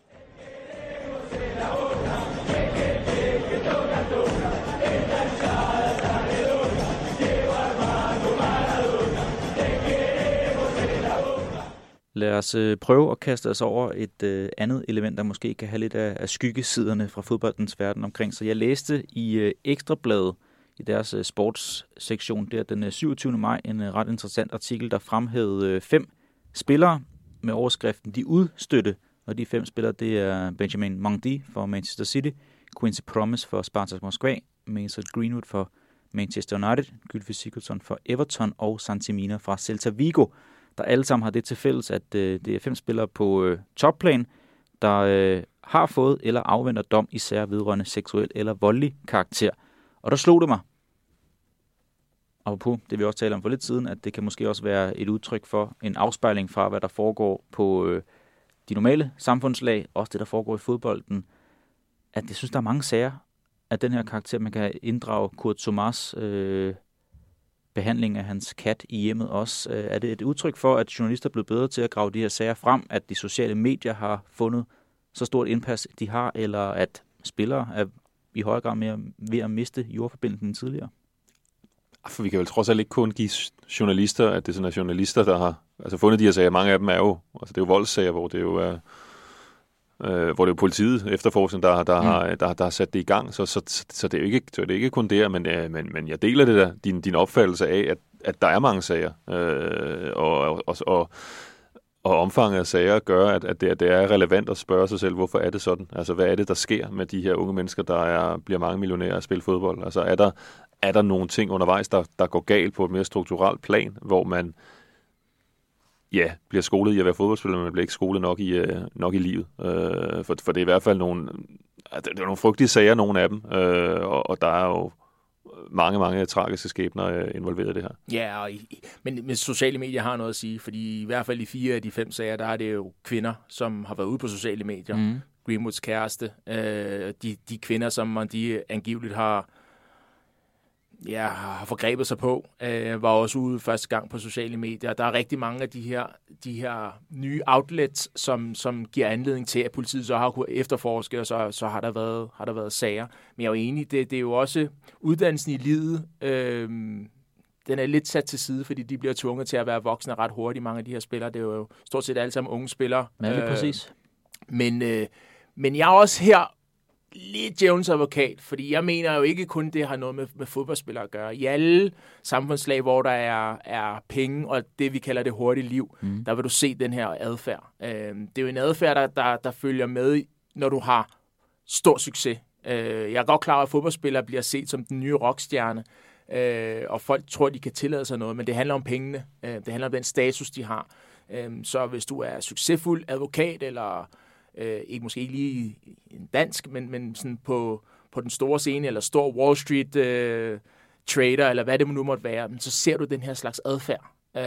Lad os prøve at kaste os over et andet element, der måske kan have lidt af skyggesiderne fra fodboldens verden omkring. Så jeg læste i Ekstrabladet i deres sportssektion der den 27. maj en ret interessant artikel, der fremhævede 5 spillere med overskriften de udstødte. Og de 5 spillere, det er Benjamin Mendy fra Manchester City, Quincy Promes for Spartak Moskva, Mason Greenwood for Manchester United, Gylfi Sigurdsson for Everton og Santi Mina fra Celta Vigo, der alle sammen har det til fælles, at det er 5 spillere på topplan, der har fået eller afventer dom i sager vedrørende seksuel eller voldelig karakter. Og der slog det mig, og på det vi også talte om for lidt siden, at det kan måske også være et udtryk for en afspejling fra, hvad der foregår på de normale samfundslag, også det, der foregår i fodbolden, at jeg synes, der er mange sager af den her karakter. Man kan inddrage Kurt Somars behandling af hans kat i hjemmet også. Er det et udtryk for, at journalister er blevet bedre til at grave de her sager frem, at de sociale medier har fundet så stort indpas, de har, eller at spillere er i højere grad mere ved at miste jordforbindelsen end tidligere? For vi kan vel trods alt ikke kun give journalister, at det er sådan, at journalister, der har fundet de her sager. Mange af dem er jo, det er jo voldssager, hvor det jo er hvor det er politiet, efterforskning, der har sat det i gang. Så det er jo ikke kun det, men jeg deler det der, din opfattelse af, at der er mange sager, og omfanget af sager gør, at det er relevant at spørge sig selv, hvorfor er det sådan? Altså, hvad er det, der sker med de her unge mennesker, bliver mange millionærer at spille fodbold? Altså, er der nogle ting undervejs, der går galt på et mere strukturelt plan, hvor man bliver skolet i at være fodboldspiller, men man bliver ikke skolet nok i livet. For det er i hvert fald nogle frygtelige sager, nogle af dem, og der er jo mange tragiske skæbner involveret i det her. Ja, men sociale medier har noget at sige, fordi i hvert fald i 4 af de 5 sager, der er det jo kvinder, som har været ude på sociale medier. Mm. Greenwoods kæreste, de kvinder, som de angiveligt har forgrebet sig på, var også ude første gang på sociale medier. Der er rigtig mange af de her nye outlets, som giver anledning til, at politiet så har kunnet efterforske, og så har der været sager. Men jeg er jo enig, det er jo også uddannelsen i livet, den er lidt sat til side, fordi de bliver tvunget til at være voksne ret hurtigt, mange af de her spillere. Det er jo stort set alle sammen unge spillere. Ja, det er præcis. Men jeg er også her lidt djævelens advokat, fordi jeg mener jo ikke kun, det har noget med fodboldspillere at gøre. I alle samfundslag, hvor der er penge og det, vi kalder det hurtige liv, der vil du se den her adfærd. Det er jo en adfærd, der følger med, når du har stor succes. Jeg er godt klar over, at fodboldspillere bliver set som den nye rockstjerne, og folk tror, de kan tillade sig noget, men det handler om pengene. Det handler om den status, de har. Så hvis du er succesfuld advokat, eller ikke måske ikke lige en dansk, men sådan på den store scene, eller stor Wall Street trader, eller hvad det nu måtte være, men så ser du den her slags adfærd.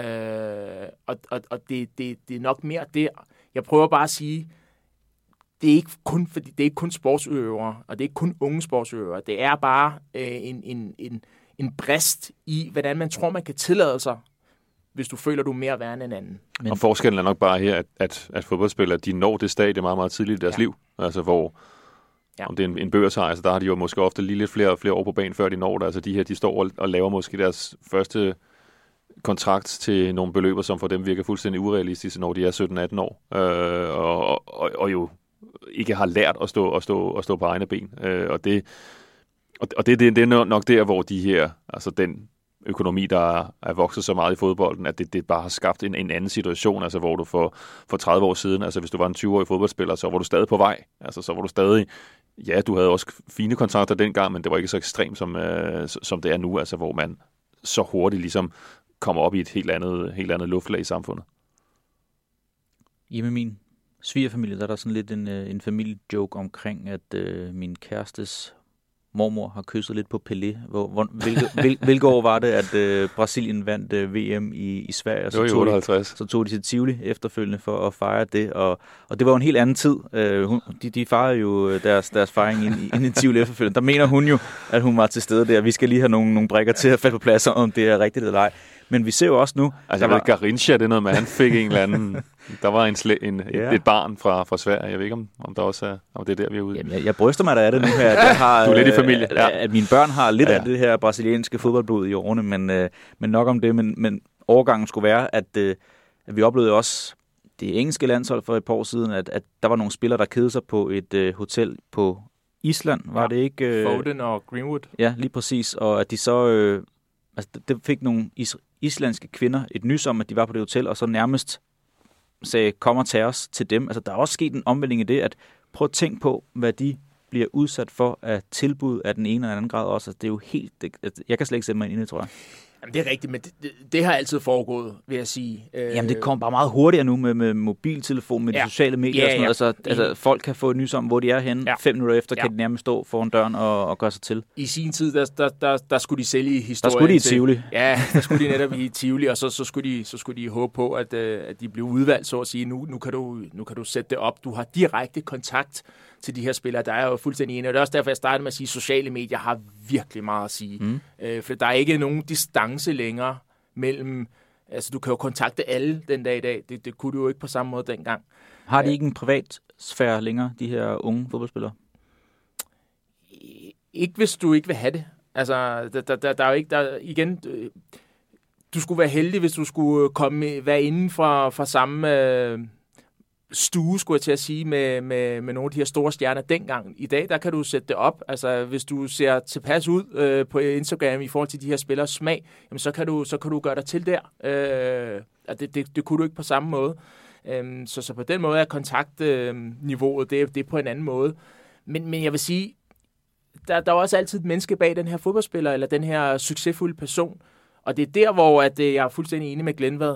Og det er nok mere der. Jeg prøver bare at sige, det er ikke kun sportsudøvere, og det er ikke kun unge sportsudøvere. Det er bare en brist i, hvordan man tror, man kan tillade sig, hvis du føler, du er mere værd end anden. Og forskellen er nok bare her, at fodboldspillere, de når det stadie meget, meget tidligt i deres liv. Altså hvor, om det er en børsejr, så der har de jo måske ofte lige lidt flere år på banen, før de når det. Altså de står og laver måske deres første kontrakt til nogle beløber, som for dem virker fuldstændig urealistiske, når de er 17-18 år. Og jo ikke har lært at stå på egne ben. Og det er nok der, hvor de her, altså den økonomi, der er vokset så meget i fodbolden, at det bare har skabt en anden situation, altså hvor du for 30 år siden, altså hvis du var en 20-årig fodboldspiller, så var du stadig på vej. Altså så var du stadig, du havde også fine kontrakter dengang, men det var ikke så ekstremt, som det er nu, altså hvor man så hurtigt ligesom kommer op i et helt andet luftlag i samfundet. Hjemme i min svigerfamilie, der er der sådan lidt en familiejoke omkring, at min kærestes mormor har kysset lidt på Pelé. Hvilke år var det, at Brasilien vandt VM i Sverige? Og så tog de til Tivoli efterfølgende for at fejre det, og det var jo en helt anden tid. De fejrede jo deres fejring ind i Tivoli efterfølgende. Der mener hun jo, at hun var til stede der. Vi skal lige have nogle brikker til at falde på plads, om det er rigtigt eller ej. Men vi ser jo også nu... Altså, Garincha, det er noget med, han fik en eller anden... Der var et barn fra Sverige. Jeg ved ikke, om der også er... Om det er der, vi er ude. Jamen, jeg bryster mig, der er det nu her. Jeg har, du er lidt i familie. At mine børn har lidt af det her brasilianske fodboldblod i årene, men nok om det. Men overgangen skulle være, at vi oplevede også det engelske landshold for et par år siden, at der var nogle spillere, der kedede sig på et hotel på Island. Var det ikke... Foden og Greenwood. Ja, lige præcis. Og at de så... det fik nogle islandske kvinder et nys om, at de var på det hotel, og så nærmest sagde, kom og tag os til dem. Altså, der er også sket en omvæltning i det, at prøv at tænke på, hvad de bliver udsat for af tilbud af den ene eller anden grad også. Altså, det er jo helt... jeg kan slet ikke sætte mig ind i det, tror jeg. Jamen, det er rigtigt, men det har altid foregået, vil jeg sige. Jamen, det kommer bare meget hurtigere nu med mobiltelefon, med de sociale medier og sådan noget. Altså, folk kan få et nys om, hvor de er henne. 5 minutter efter kan de nærmest stå foran døren og gøre sig til. I sin tid, der skulle de sælge historien. Der skulle de i Tivoli. Ja, der skulle de netop i Tivoli, og så skulle de håbe på, at de blev udvalgt, så at sige. Nu kan du sætte det op. Du har direkte kontakt til de her spillere. Der er jo fuldstændig enig, og det er også derfor, jeg startede med at sige, at sociale medier har virkelig meget at sige. For der er ikke nogen distance længere mellem... Altså, du kan jo kontakte alle den dag i dag. Det kunne du jo ikke på samme måde dengang. Har de ikke en privat sfære længere, de her unge fodboldspillere? Ikke hvis du ikke vil have det. Altså, der er jo ikke... Igen, du skulle være heldig, hvis du skulle være inden fra samme... stue, skulle jeg til at sige, med nogle af de her store stjerner dengang. I dag, der kan du sætte det op. Altså, hvis du ser tilpas ud på Instagram i forhold til de her spillers smag, jamen, så kan du gøre dig til der. Det kunne du ikke på samme måde. Så på den måde er kontaktniveauet, det er på en anden måde. Men jeg vil sige, der er også altid et menneske bag den her fodboldspiller, eller den her succesfulde person. Og det er der, hvor jeg er fuldstændig enig med Glenvad.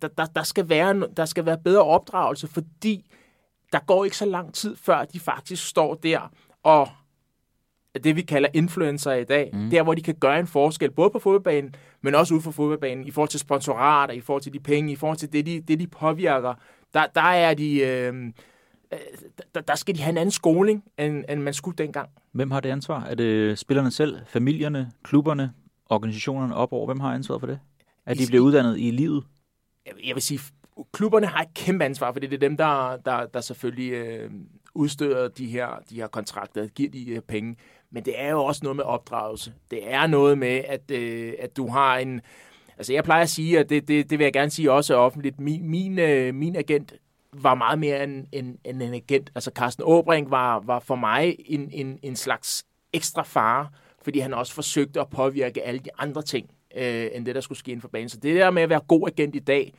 Der skal være bedre opdragelse, fordi der går ikke så lang tid, før de faktisk står der, og det vi kalder influencer i dag, der hvor de kan gøre en forskel, både på fodboldbanen, men også ude for fodboldbanen, i forhold til sponsorater, i forhold til de penge, i forhold til det de påvirker. Der er de... Der skal de have en anden skoling, end man skulle dengang. Hvem har det ansvar? Er det spillerne selv, familierne, klubberne, organisationerne op over? Hvem har ansvaret for det? At de bliver uddannet i livet? Jeg vil sige, klubberne har et kæmpe ansvar, for det er dem, der selvfølgelig udstøder de her kontrakter, giver de her penge. Men det er jo også noget med opdragelse. Det er noget med, at du har en... Altså, jeg plejer at sige, at det vil jeg gerne sige også offentligt. Min agent var meget mere end en agent. Altså, Carsten Åbrink var for mig en slags ekstra fare, fordi han også forsøgte at påvirke alle de andre ting, end det, der skulle ske inden for banen. Så det der med at være god agent i dag,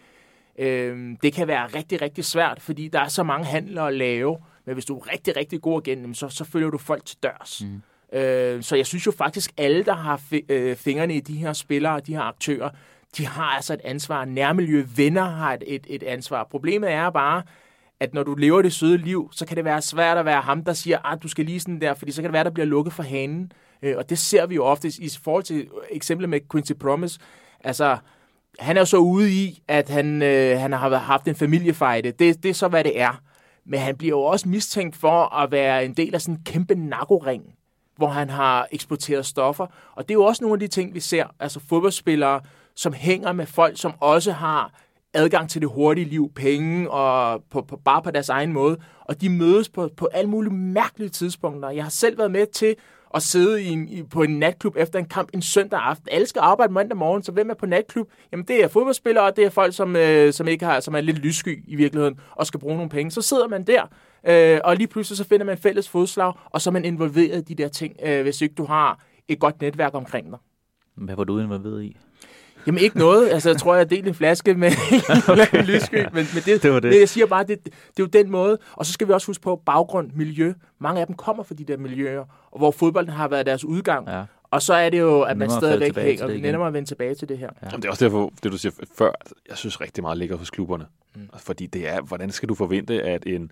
det kan være rigtig, rigtig svært, fordi der er så mange handler at lave, men hvis du er rigtig, rigtig god agent, så følger du folk til dørs. Så jeg synes jo faktisk, alle, der har fingrene i de her spillere og de her aktører, de har altså et ansvar. Nærmiljø, venner har et ansvar. Problemet er bare, at når du lever det søde liv, så kan det være svært at være ham, der siger, du skal lige sådan der, fordi så kan det være, der bliver lukket for hanen. Og det ser vi jo ofte i forhold til eksemplet med Quincy Promes. Altså, han er jo så ude i, at han har haft en familiefejde. Det er så, hvad det er. Men han bliver jo også mistænkt for at være en del af sådan en kæmpe narkoring, hvor han har eksporteret stoffer. Og det er jo også nogle af de ting, vi ser. Altså fodboldspillere, som hænger med folk, som også har adgang til det hurtige liv, penge, og bare på deres egen måde. Og de mødes på alle mulige mærkelige tidspunkter. Jeg har selv været med til at sidde på en natklub efter en kamp en søndag aften. Alle skal arbejde mandag morgen, så hvem er på natklub? Jamen det er fodboldspillere, og det er folk, som er lidt lyssky i virkeligheden, og skal bruge nogle penge. Så sidder man der, og lige pludselig så finder man fælles fodslag, og så er man involveret i de der ting, hvis ikke du har et godt netværk omkring dig. Hvad var du involveret i? Jamen ikke noget. Altså, jeg tror, jeg delte en flaske med en lyssky, men det. Jeg siger bare, det er jo den måde. Og så skal vi også huske på baggrund, miljø. Mange af dem kommer fra de der miljøer, og hvor fodbolden har været deres udgang. Ja. Og så er det jo, at man stadigvæk hænger, og nemmere at vende tilbage til det her. Ja. Jamen, det er også derfor, det du siger før, jeg synes rigtig meget ligger hos klubberne. Fordi det er, hvordan skal du forvente, at en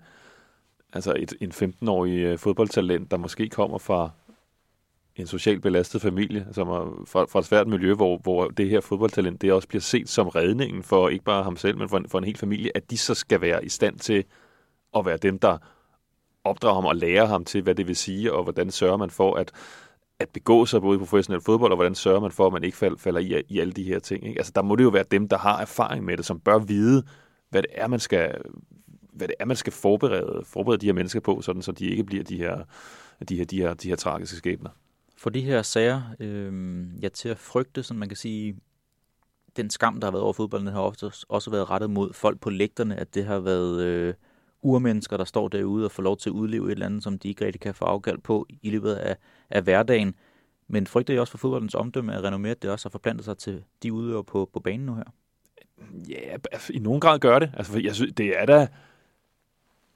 15-årig fodboldtalent, der måske kommer fra en socialt belastet familie, som er fra et svært miljø, hvor det her fodboldtalent, det også bliver set som redningen for ikke bare ham selv, men for en hel familie, at de så skal være i stand til at være dem, der opdrager ham og lærer ham til, hvad det vil sige, og hvordan sørger man for at begå sig både i professionel fodbold, og hvordan sørger man for, at man ikke falder i alle de her ting. Ikke? Altså, der må det jo være dem, der har erfaring med det, som bør vide, hvad det er, man skal forberede de her mennesker på, sådan så de ikke bliver de her tragiske skæbner. For de her sager, til at frygte, sådan man kan sige, den skam, der har været over fodbolden, har ofte også været rettet mod folk på lægterne, at det har været urmennesker, der står derude og får lov til at udleve et eller andet, som de ikke rigtig kan få afkald på i løbet af hverdagen. Men frygter I også for fodboldens omdømme at renommere, at det også har forplantet sig til de udøvere på banen nu her? Ja, i nogen grad gør det. Altså, jeg synes, det er da...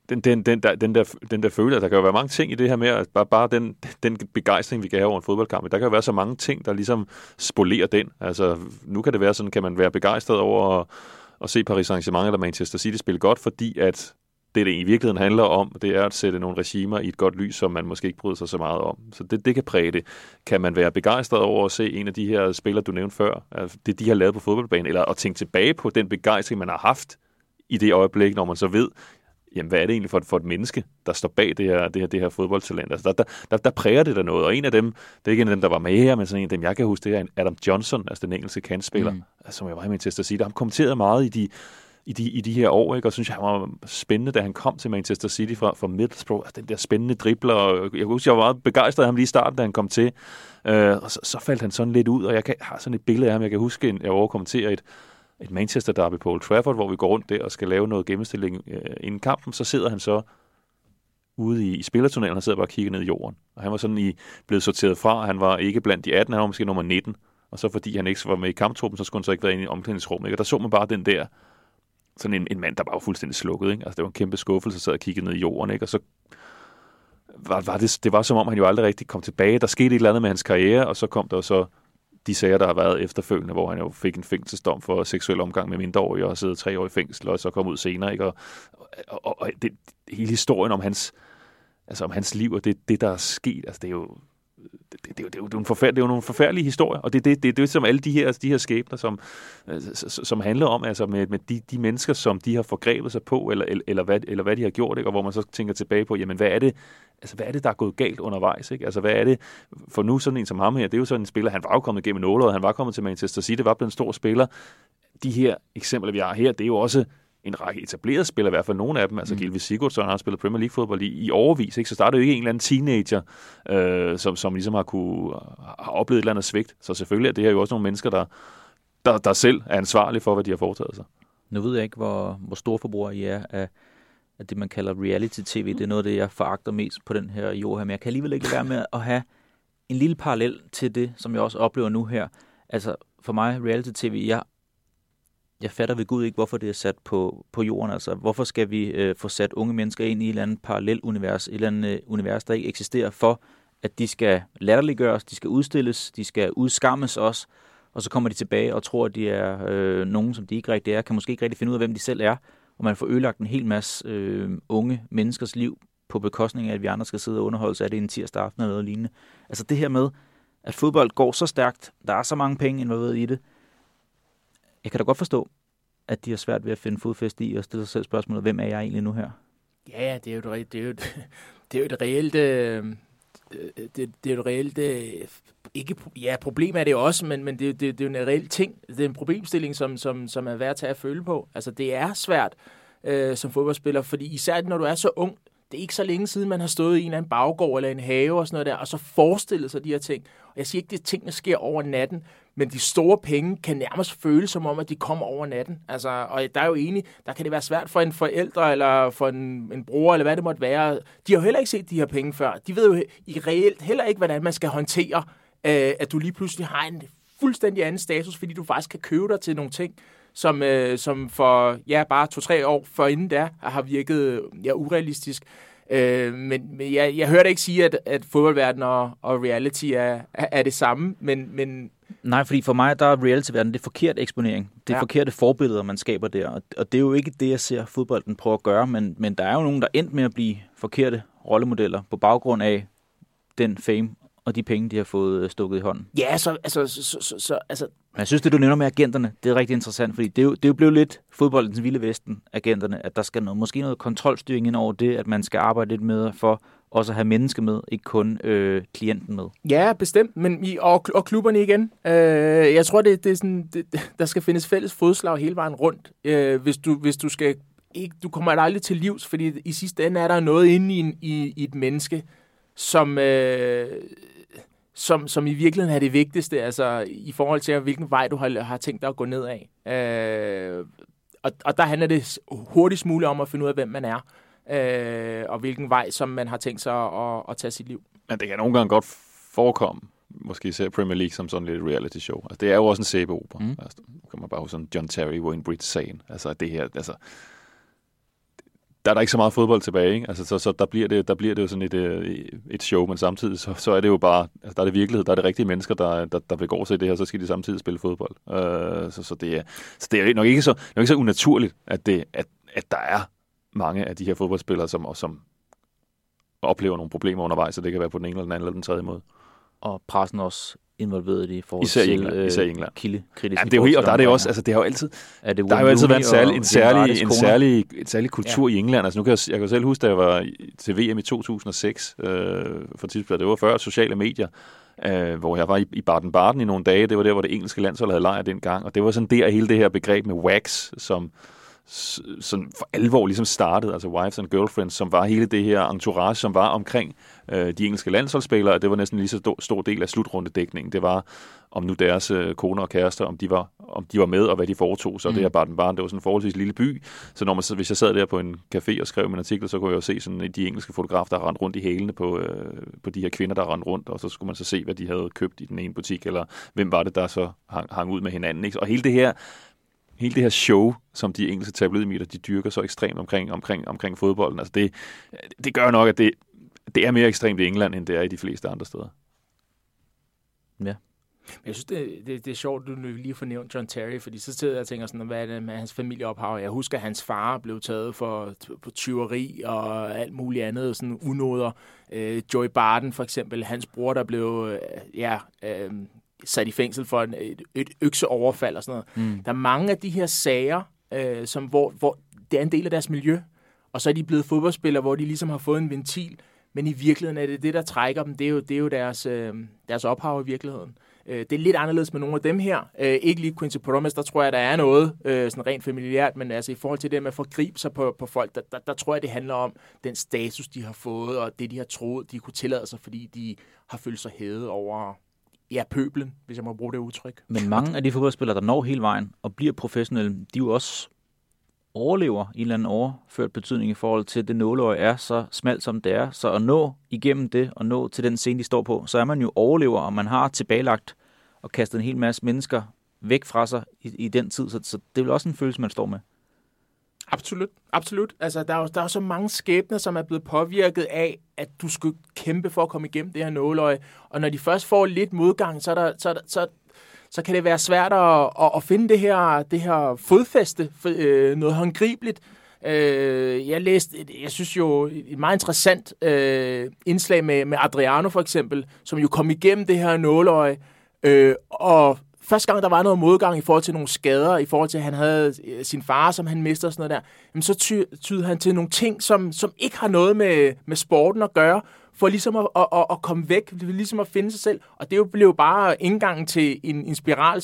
den der følelse, der kan jo være mange ting i det her med, at bare den begejstring, vi kan have over en fodboldkamp, der kan jo være så mange ting, der ligesom spolerer den. Altså, nu kan det være sådan, kan man være begejstret over at se Paris Saint-Germain eller Manchester City spille godt, fordi at det i virkeligheden handler om, det er at sætte nogle regimer i et godt lys, som man måske ikke bryder sig så meget om. Så det kan præge det. Kan man være begejstret over at se en af de her spillere, du nævnte før, altså det de har lavet på fodboldbanen, eller at tænke tilbage på den begejstring, man har haft i det øjeblik, når man så ved, jamen, hvad er det egentlig for et menneske, der står bag det her fodboldtalent? Altså, der præger det der noget, og en af dem, det er ikke en af dem, der var med her, men sådan en af dem, jeg kan huske, det er Adam Johnson, altså den engelske kantspiller, som jeg var i Manchester City. Han kommenterede meget i de her år, ikke? Og synes jeg, han var spændende, da han kom til Manchester City fra Middlesbrough. Altså, den der spændende dribler, og jeg husker, jeg var meget begejstret af ham lige i starten, da han kom til. Og så faldt han sådan lidt ud, og jeg har sådan et billede af ham, jeg kan huske, jeg overkommenterer et Manchester derby på Old Trafford, hvor vi går rundt der og skal lave noget gennemstilling inden kampen, så sidder han så ude i spillertunnelen, han sidder bare og kigger ned i jorden. Og han var sådan blevet sorteret fra, han var ikke blandt de 18, han var måske nummer 19, og så fordi han ikke var med i kamptruppen, så skulle han så ikke være inde i omklædningsrummet, ikke? Og der så man bare den der, sådan en mand, der bare var fuldstændig slukket, ikke? Altså det var en kæmpe skuffelse, sad og kiggede ned i jorden, ikke? Og så det var som om, han jo aldrig rigtig kom tilbage. Der skete et eller andet med hans karriere, og så kom der så de sager, der har været efterfølgende, hvor han jo fik en fængselsdom for seksuel omgang med mindreårige og siddet 3 år i fængsel, og så kom ud senere, ikke? Og det, hele historien om hans liv, og det der er sket, altså det er jo nogle forfærdelige historier, og det er som alle de her skæbner, som handler om, altså med de mennesker, som de har forgrebet sig på, eller hvad de har gjort, ikke? Og hvor man så tænker tilbage på, jamen hvad er det, der er gået galt undervejs, ikke? Altså hvad er det, for nu sådan en som ham her, det er jo sådan en spiller, han var jo kommet gennem nålet, han var kommet til Manchester City, var blevet en stor spiller. De her eksempler, vi har her, det er jo også en række etablerede spillere, i hvert fald nogle af dem, altså Gylfi Sigurdsson har spillet Premier League-fodbold i overvis, ikke? Så startede jo ikke en eller anden teenager, som ligesom har oplevet et eller andet svigt. Så selvfølgelig er det her jo også nogle mennesker, der selv er ansvarlige for, hvad de har foretaget sig. Nu ved jeg ikke, hvor stor forbruger I er af det, man kalder reality-tv. Det er noget af det, jeg foragter mest på den her jord her, men jeg kan alligevel ikke lade være med at have en lille parallel til det, som jeg også oplever nu her. Altså for mig, reality-tv, jeg fatter ved Gud ikke, hvorfor det er sat på jorden. Altså, hvorfor skal vi få sat unge mennesker ind i et eller andet parallelunivers, et eller andet univers, der ikke eksisterer, for at de skal latterliggøres, de skal udstilles, de skal udskammes også, og så kommer de tilbage og tror, at de er nogen, som de ikke rigtig er, kan måske ikke rigtig finde ud af, hvem de selv er, og man får ødelagt en hel masse unge menneskers liv på bekostning af, at vi andre skal sidde og underholde af det en tirsdag aften eller noget lignende. Altså det her med, at fodbold går så stærkt, der er så mange penge involveret i det. Jeg kan da godt forstå, at de har svært ved at finde fodfæste i og stille sig selv spørgsmålet, hvem er jeg egentlig nu her? Ja, det er jo et reelt ikke, ja, problem er det også, men det er jo en reel ting. Det er en problemstilling, som er værd at tage at føle på. Altså, det er svært som fodboldspiller, fordi især når du er så ung, det er ikke så længe siden, man har stået i en eller anden baggård eller en have og sådan noget der, og så forestillet sig de her ting. Og jeg siger ikke, at tingene sker over natten, men de store penge kan nærmest føles som om, at de kommer over natten. Altså, og der er jo enig, der kan det være svært for en forældre eller for en bror, eller hvad det måtte være. De har jo heller ikke set de her penge før. De ved jo i reelt heller ikke, hvordan man skal håndtere, at du lige pludselig har en fuldstændig anden status, fordi du faktisk kan købe dig til nogle ting, som for bare 2-3 år forinden der har virket urealistisk. Men jeg hørte ikke sige, at fodboldverden og reality er det samme, men nej, fordi for mig, der er reality-verden, det er forkert eksponering. Det er forkerte forbilleder, man skaber der. Og det er jo ikke det, jeg ser fodbolden prøve at gøre, men der er jo nogen, der endte med at blive forkerte rollemodeller på baggrund af den fame og de penge, de har fået stukket i hånden. Ja, så men jeg synes, det du nævner med agenterne, det er rigtig interessant, fordi det er jo blevet lidt fodboldens vilde vesten, agenterne, at der skal måske noget kontrolstyring ind over det, at man skal arbejde lidt med for også at have mennesker med, ikke kun klienten med. Ja, bestemt, men og klubberne igen. Jeg tror, det er sådan, der skal findes fælles fodslag hele vejen rundt, hvis du skal ikke, du kommer aldrig til livs, fordi i sidste ende er der noget inde i et menneske, som i virkeligheden er det vigtigste, altså i forhold til, hvilken vej du har tænkt dig at gå ned af. Og der handler det hurtigst muligt om at finde ud af, hvem man er, og hvilken vej, som man har tænkt sig at tage sit liv. Men det kan nogle gange godt forekomme, måske især Premier League som sådan lidt reality show. Altså, det er jo også en sæbeopera. Altså, nu kan man bare huske sådan John Terry, Wayne Bridge-sagen. Altså det her, altså der er der ikke så meget fodbold tilbage, ikke? Altså, så der bliver det jo sådan et show, men samtidig så er det jo bare, altså, der er det virkelighed, der er det rigtige mennesker, der begår sig i det her, så skal de samtidig spille fodbold. Så det er nok ikke så unaturligt, at der er mange af de her fodboldspillere, som oplever nogle problemer undervejs, og det kan være på den ene eller den anden eller den tredje måde. Og pressen også involveret i det i forhold især England. Kildekritisk. Ja, det er jo helt, og der er det også, altså det har jo altid, der har jo altid været en særlig kultur i England. Altså jeg kan selv huske, da jeg var til VM i 2006 for tidspunkt, det var før sociale medier, hvor jeg var i Baden-Baden i nogle dage. Det var der, hvor det engelske landshold havde lejr dengang, og det var sådan der hele det her begreb med wax, som sådan for alvor ligesom startede, altså wives and girlfriends, som var hele det her entourage, som var omkring de engelske landsholdsspillere, og det var næsten lige så stor del af slutrundedækningen. Det var om nu deres koner og kærester, om de var med, og hvad de foretog sig. Det her Baden-Baden, det var sådan en forholdsvis lille by, så hvis jeg sad der på en café og skrev min artikel, så kunne jeg jo se sådan de engelske fotografer, der rendte rundt i hælene på de her kvinder, der rendte rundt, og så skulle man så se, hvad de havde købt i den ene butik, eller hvem var det, der så hang ud med hinanden, ikke? Og hele det her show, som de engelske tabloidmedier, de dyrker så ekstremt omkring fodbolden, altså det gør nok, at det er mere ekstremt i England, end det er i de fleste andre steder. Ja. Jeg synes, det er sjovt, du lige får nævnt John Terry, fordi så sidder jeg og tænker sådan, hvad er det med hans familieophav? Jeg husker, at hans far blev taget på tyveri og alt muligt andet, sådan unoder. Joey Barton for eksempel, hans bror, der blev sat i fængsel for et økseoverfald og sådan noget. Der er mange af de her sager, hvor det er en del af deres miljø, og så er de blevet fodboldspillere, hvor de ligesom har fået en ventil, men i virkeligheden er det der trækker dem, det er jo deres ophav i virkeligheden. Det er lidt anderledes med nogle af dem her. Ikke lige Quincy Promes, der tror jeg, der er noget sådan rent familiært, men altså i forhold til det med at forgribe sig på folk, der tror jeg, det handler om den status, de har fået, og det, de har troet, de kunne tillade sig, fordi de har følt sig hævet over pøblen, hvis jeg må bruge det udtryk. Men mange af de fodboldspillere, der når hele vejen og bliver professionelle, de jo også overlever i en eller anden overført betydning i forhold til, det nåleøje er så smalt, som det er. Så at nå igennem det, og nå til den scene, de står på, så er man jo overlever, og man har tilbagelagt og kastet en hel masse mennesker væk fra sig i den tid. Så det er vel også en følelse, man står med. Absolut. Altså, der er så mange skæbner, som er blevet påvirket af, at du skulle kæmpe for at komme igennem det her nåleøje. Og når de først får lidt modgang, så kan det være svært at finde det her fodfæste, noget håndgribeligt. Jeg synes jo, et meget interessant indslag med Adriano for eksempel, som jo kom igennem det her nåleøje, og første gang, der var noget modgang i forhold til nogle skader, i forhold til, at han havde sin far, som han mistede og sådan noget der, jamen, så tydede han til nogle ting, som ikke har noget med sporten at gøre, for ligesom at komme væk, ligesom at finde sig selv. Og det blev bare indgangen til en spiral,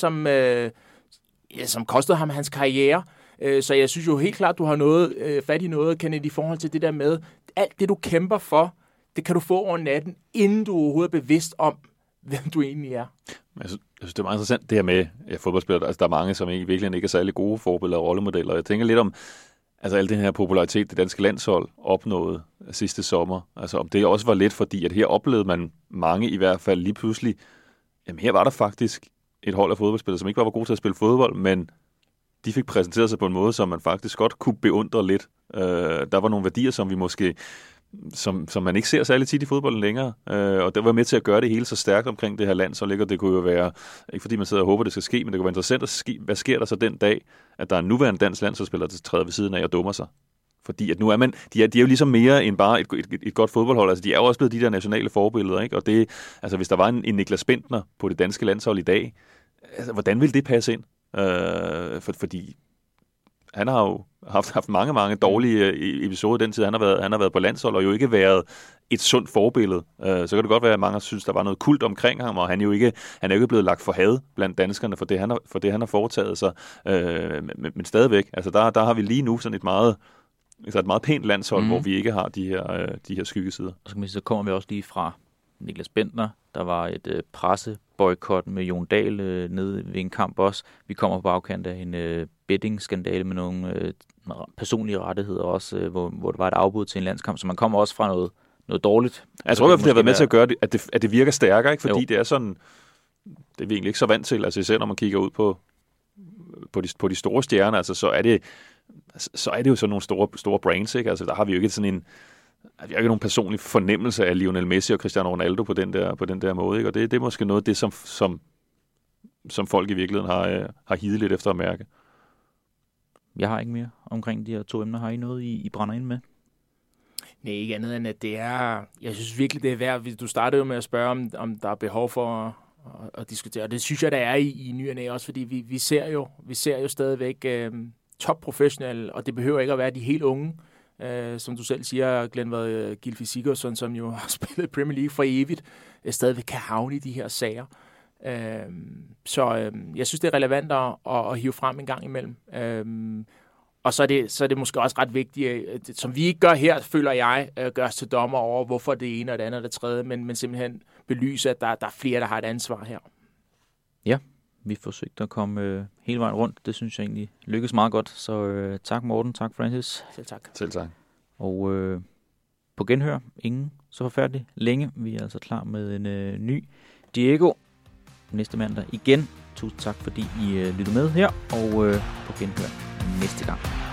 som kostede ham hans karriere. Så jeg synes jo helt klart, du har noget fat i noget, Kenneth, i forhold til det der med, alt det, du kæmper for, det kan du få over natten, inden du overhovedet er bevidst om, hvem du egentlig er. Jeg synes, det er meget interessant, det her med fodboldspillere. Altså, der er mange, som i virkeligheden ikke er særlig gode forbilleder og rollemodeller. Jeg tænker lidt om, altså al den her popularitet, det danske landshold opnåede sidste sommer. Altså om det også var lidt, fordi at her oplevede man mange i hvert fald lige pludselig, jamen her var der faktisk et hold af fodboldspillere, som ikke bare var gode til at spille fodbold, men de fik præsenteret sig på en måde, som man faktisk godt kunne beundre lidt. Der var nogle værdier, som vi måske som man ikke ser særlig tit i fodbolden længere. Og det var med til at gøre det hele så stærkt omkring det her land, så ligger det kunne jo være, ikke fordi man sidder og håber, det skal ske, men det kunne være interessant at ske, hvad sker der så den dag, at der er en nuværende dansk landsholdsspiller, der træder ved siden af og dummer sig. Fordi at nu er de er jo ligesom mere end bare et godt fodboldhold. Altså, de er jo også blevet de der nationale forbilleder, ikke? Og det, altså, hvis der var en Niklas Bentner på det danske landshold i dag, altså, hvordan ville det passe ind? Fordi han har jo haft mange dårlige episoder i den tid, han har været på landshold, og jo ikke været et sundt forbillede. Så kan det godt være, at mange synes, der var noget kult omkring ham, og han er jo ikke blevet lagt for had blandt danskerne for det, han har foretaget sig. Men stadigvæk, altså der har vi lige nu sådan et meget pænt landshold, hvor vi ikke har de her skyggesider. Og så kommer vi også lige fra Niklas Bentner. Der var et presseboykot med Jon Dahl nede ved en kamp også. Vi kommer på bagkant af en betting-skandale med nogle personlige rettigheder også, hvor der var et afbud til en landskamp. Så man kommer også fra noget dårligt. Jeg tror i hvert fald, det har været med til at gøre, at det virker stærkere, ikke? Fordi det er sådan, det er vi egentlig ikke så vant til. Altså især når man kigger ud på de store stjerner, altså så er det så er det jo sådan nogle store brands, ikke? Altså, der har vi jo ikke sådan en... Vi har ikke nogen personlig fornemmelse af Lionel Messi og Cristiano Ronaldo på den der måde, ikke? Og det er måske noget af det, som folk i virkeligheden har hidet lidt efter at mærke. Jeg har ikke mere omkring de her 2 emner. Har I noget, I brænder ind med? Nej, ikke andet end, at det er... Jeg synes virkelig, det er værd. Du startede jo med at spørge, om der er behov for at diskutere. Og det synes jeg, der er i ny og næ, også fordi vi ser jo stadigvæk topprofessionelle, og det behøver ikke at være de helt unge. Som du selv siger, Glenn Gylfi Sigurdsson, som jo har spillet Premier League for evigt, stadigvæk kan havne i de her sager. Så jeg synes, det er relevant at hive frem en gang imellem. Og så er det måske også ret vigtigt, som vi ikke gør her, føler jeg, gørs til dommer over, hvorfor det ene og det andet og det tredje, men simpelthen belyse, at der er flere, der har et ansvar her. Ja, vi forsøgte at komme hele vejen rundt. Det synes jeg egentlig lykkes meget godt. Så tak Morten, tak Francis. Selv tak. Selv tak. Og på genhør, ingen så forfærdeligt længe. Vi er altså klar med en ny Diego næste mandag igen. Tusind tak, fordi I lyttede med her, og på genhør næste gang.